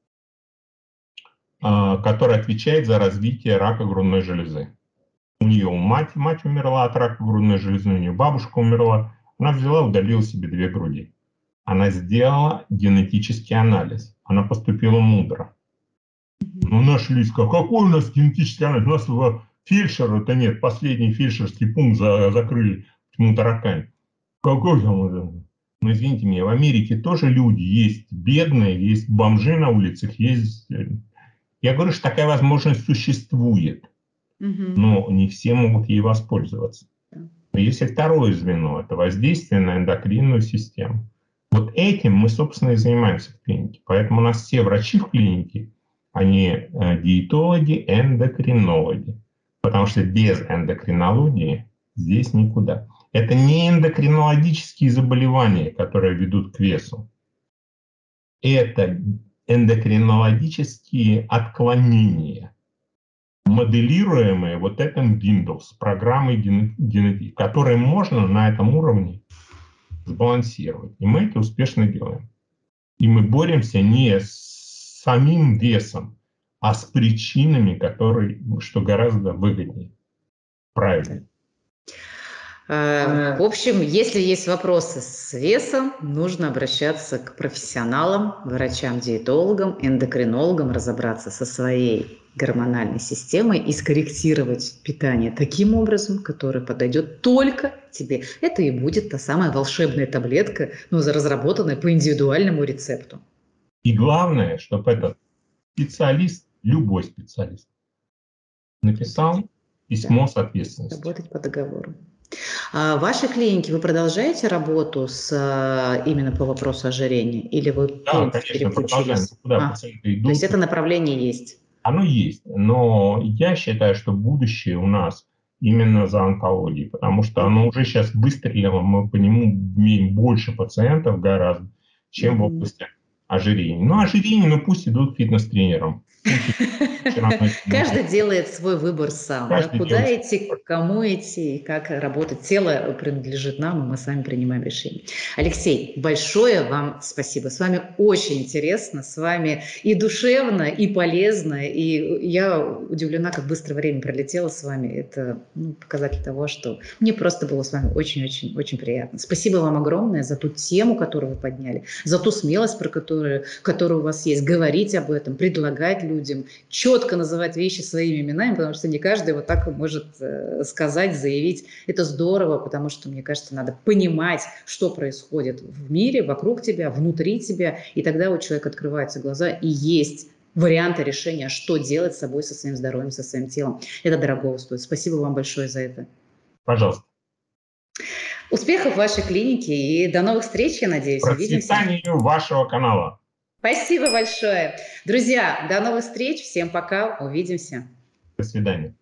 который отвечает за развитие рака грудной железы. У нее мать умерла от рака грудной железы, у нее бабушка умерла. Она взяла, удалила себе 2 груди. Она сделала генетический анализ. Она поступила мудро. Нашлись, какой у нас генетический анализ? У нас фельдшера-то нет. Последний фельдшерский пункт закрыли. Почему таракань? Какой там? Ну, извините меня, в Америке тоже люди есть бедные, есть бомжи на улицах, есть... Я говорю, что такая возможность существует. Мгм. Но не все могут ей воспользоваться. Но есть и второе звено – это воздействие на эндокринную систему. Вот этим мы, собственно, и занимаемся в клинике. Поэтому у нас все врачи в клинике, они диетологи, эндокринологи. Потому что без эндокринологии здесь никуда. Это не эндокринологические заболевания, которые ведут к весу. Это эндокринологические отклонения, моделируемые вот этим Windows, программой генетики, которые можно на этом уровне сбалансировать. И мы это успешно делаем. И мы боремся не с самим весом, а с причинами, которые, что гораздо выгоднее, правильно. В общем, если есть вопросы с весом, нужно обращаться к профессионалам, врачам-диетологам, эндокринологам, разобраться со своей гормональной системой и скорректировать питание таким образом, который подойдет только тебе. Это и будет та самая волшебная таблетка, разработанная по индивидуальному рецепту. И главное, чтобы этот специалист, любой специалист, написал письмо с ответственностью. Работать по договору. А в вашей клинике вы продолжаете работу именно по вопросу ожирения? Или вы конечно, продолжаем. Куда пациенты идут? То есть это направление есть? Оно есть, но я считаю, что будущее у нас именно за онкологией, потому что оно уже сейчас выстрелило, мы по нему имеем больше пациентов гораздо, чем в области ожирения. Ну, ожирение, пусть идут к фитнес-тренерам. Каждый делает свой выбор сам. Куда идти, к кому идти, как работать. Тело принадлежит нам, и мы сами принимаем решения. Алексей, большое вам спасибо. С вами очень интересно, с вами и душевно, и полезно. И я удивлена, как быстро время пролетело с вами. Это показатель того, что мне просто было с вами очень-очень-очень приятно. Спасибо вам огромное за ту тему, которую вы подняли, за ту смелость, которая у вас есть, говорить об этом, предлагать людям, четко называть вещи своими именами, потому что не каждый вот так может сказать, заявить. Это здорово, потому что, мне кажется, надо понимать, что происходит в мире, вокруг тебя, внутри тебя, и тогда у человека открываются глаза, и есть варианты решения, что делать с собой, со своим здоровьем, со своим телом. Это дорого стоит. Спасибо вам большое за это. Пожалуйста. Успехов в вашей клинике и до новых встреч, я надеюсь. Процветанию вашего канала. Спасибо большое. Друзья, до новых встреч. Всем пока. Увидимся. До свидания.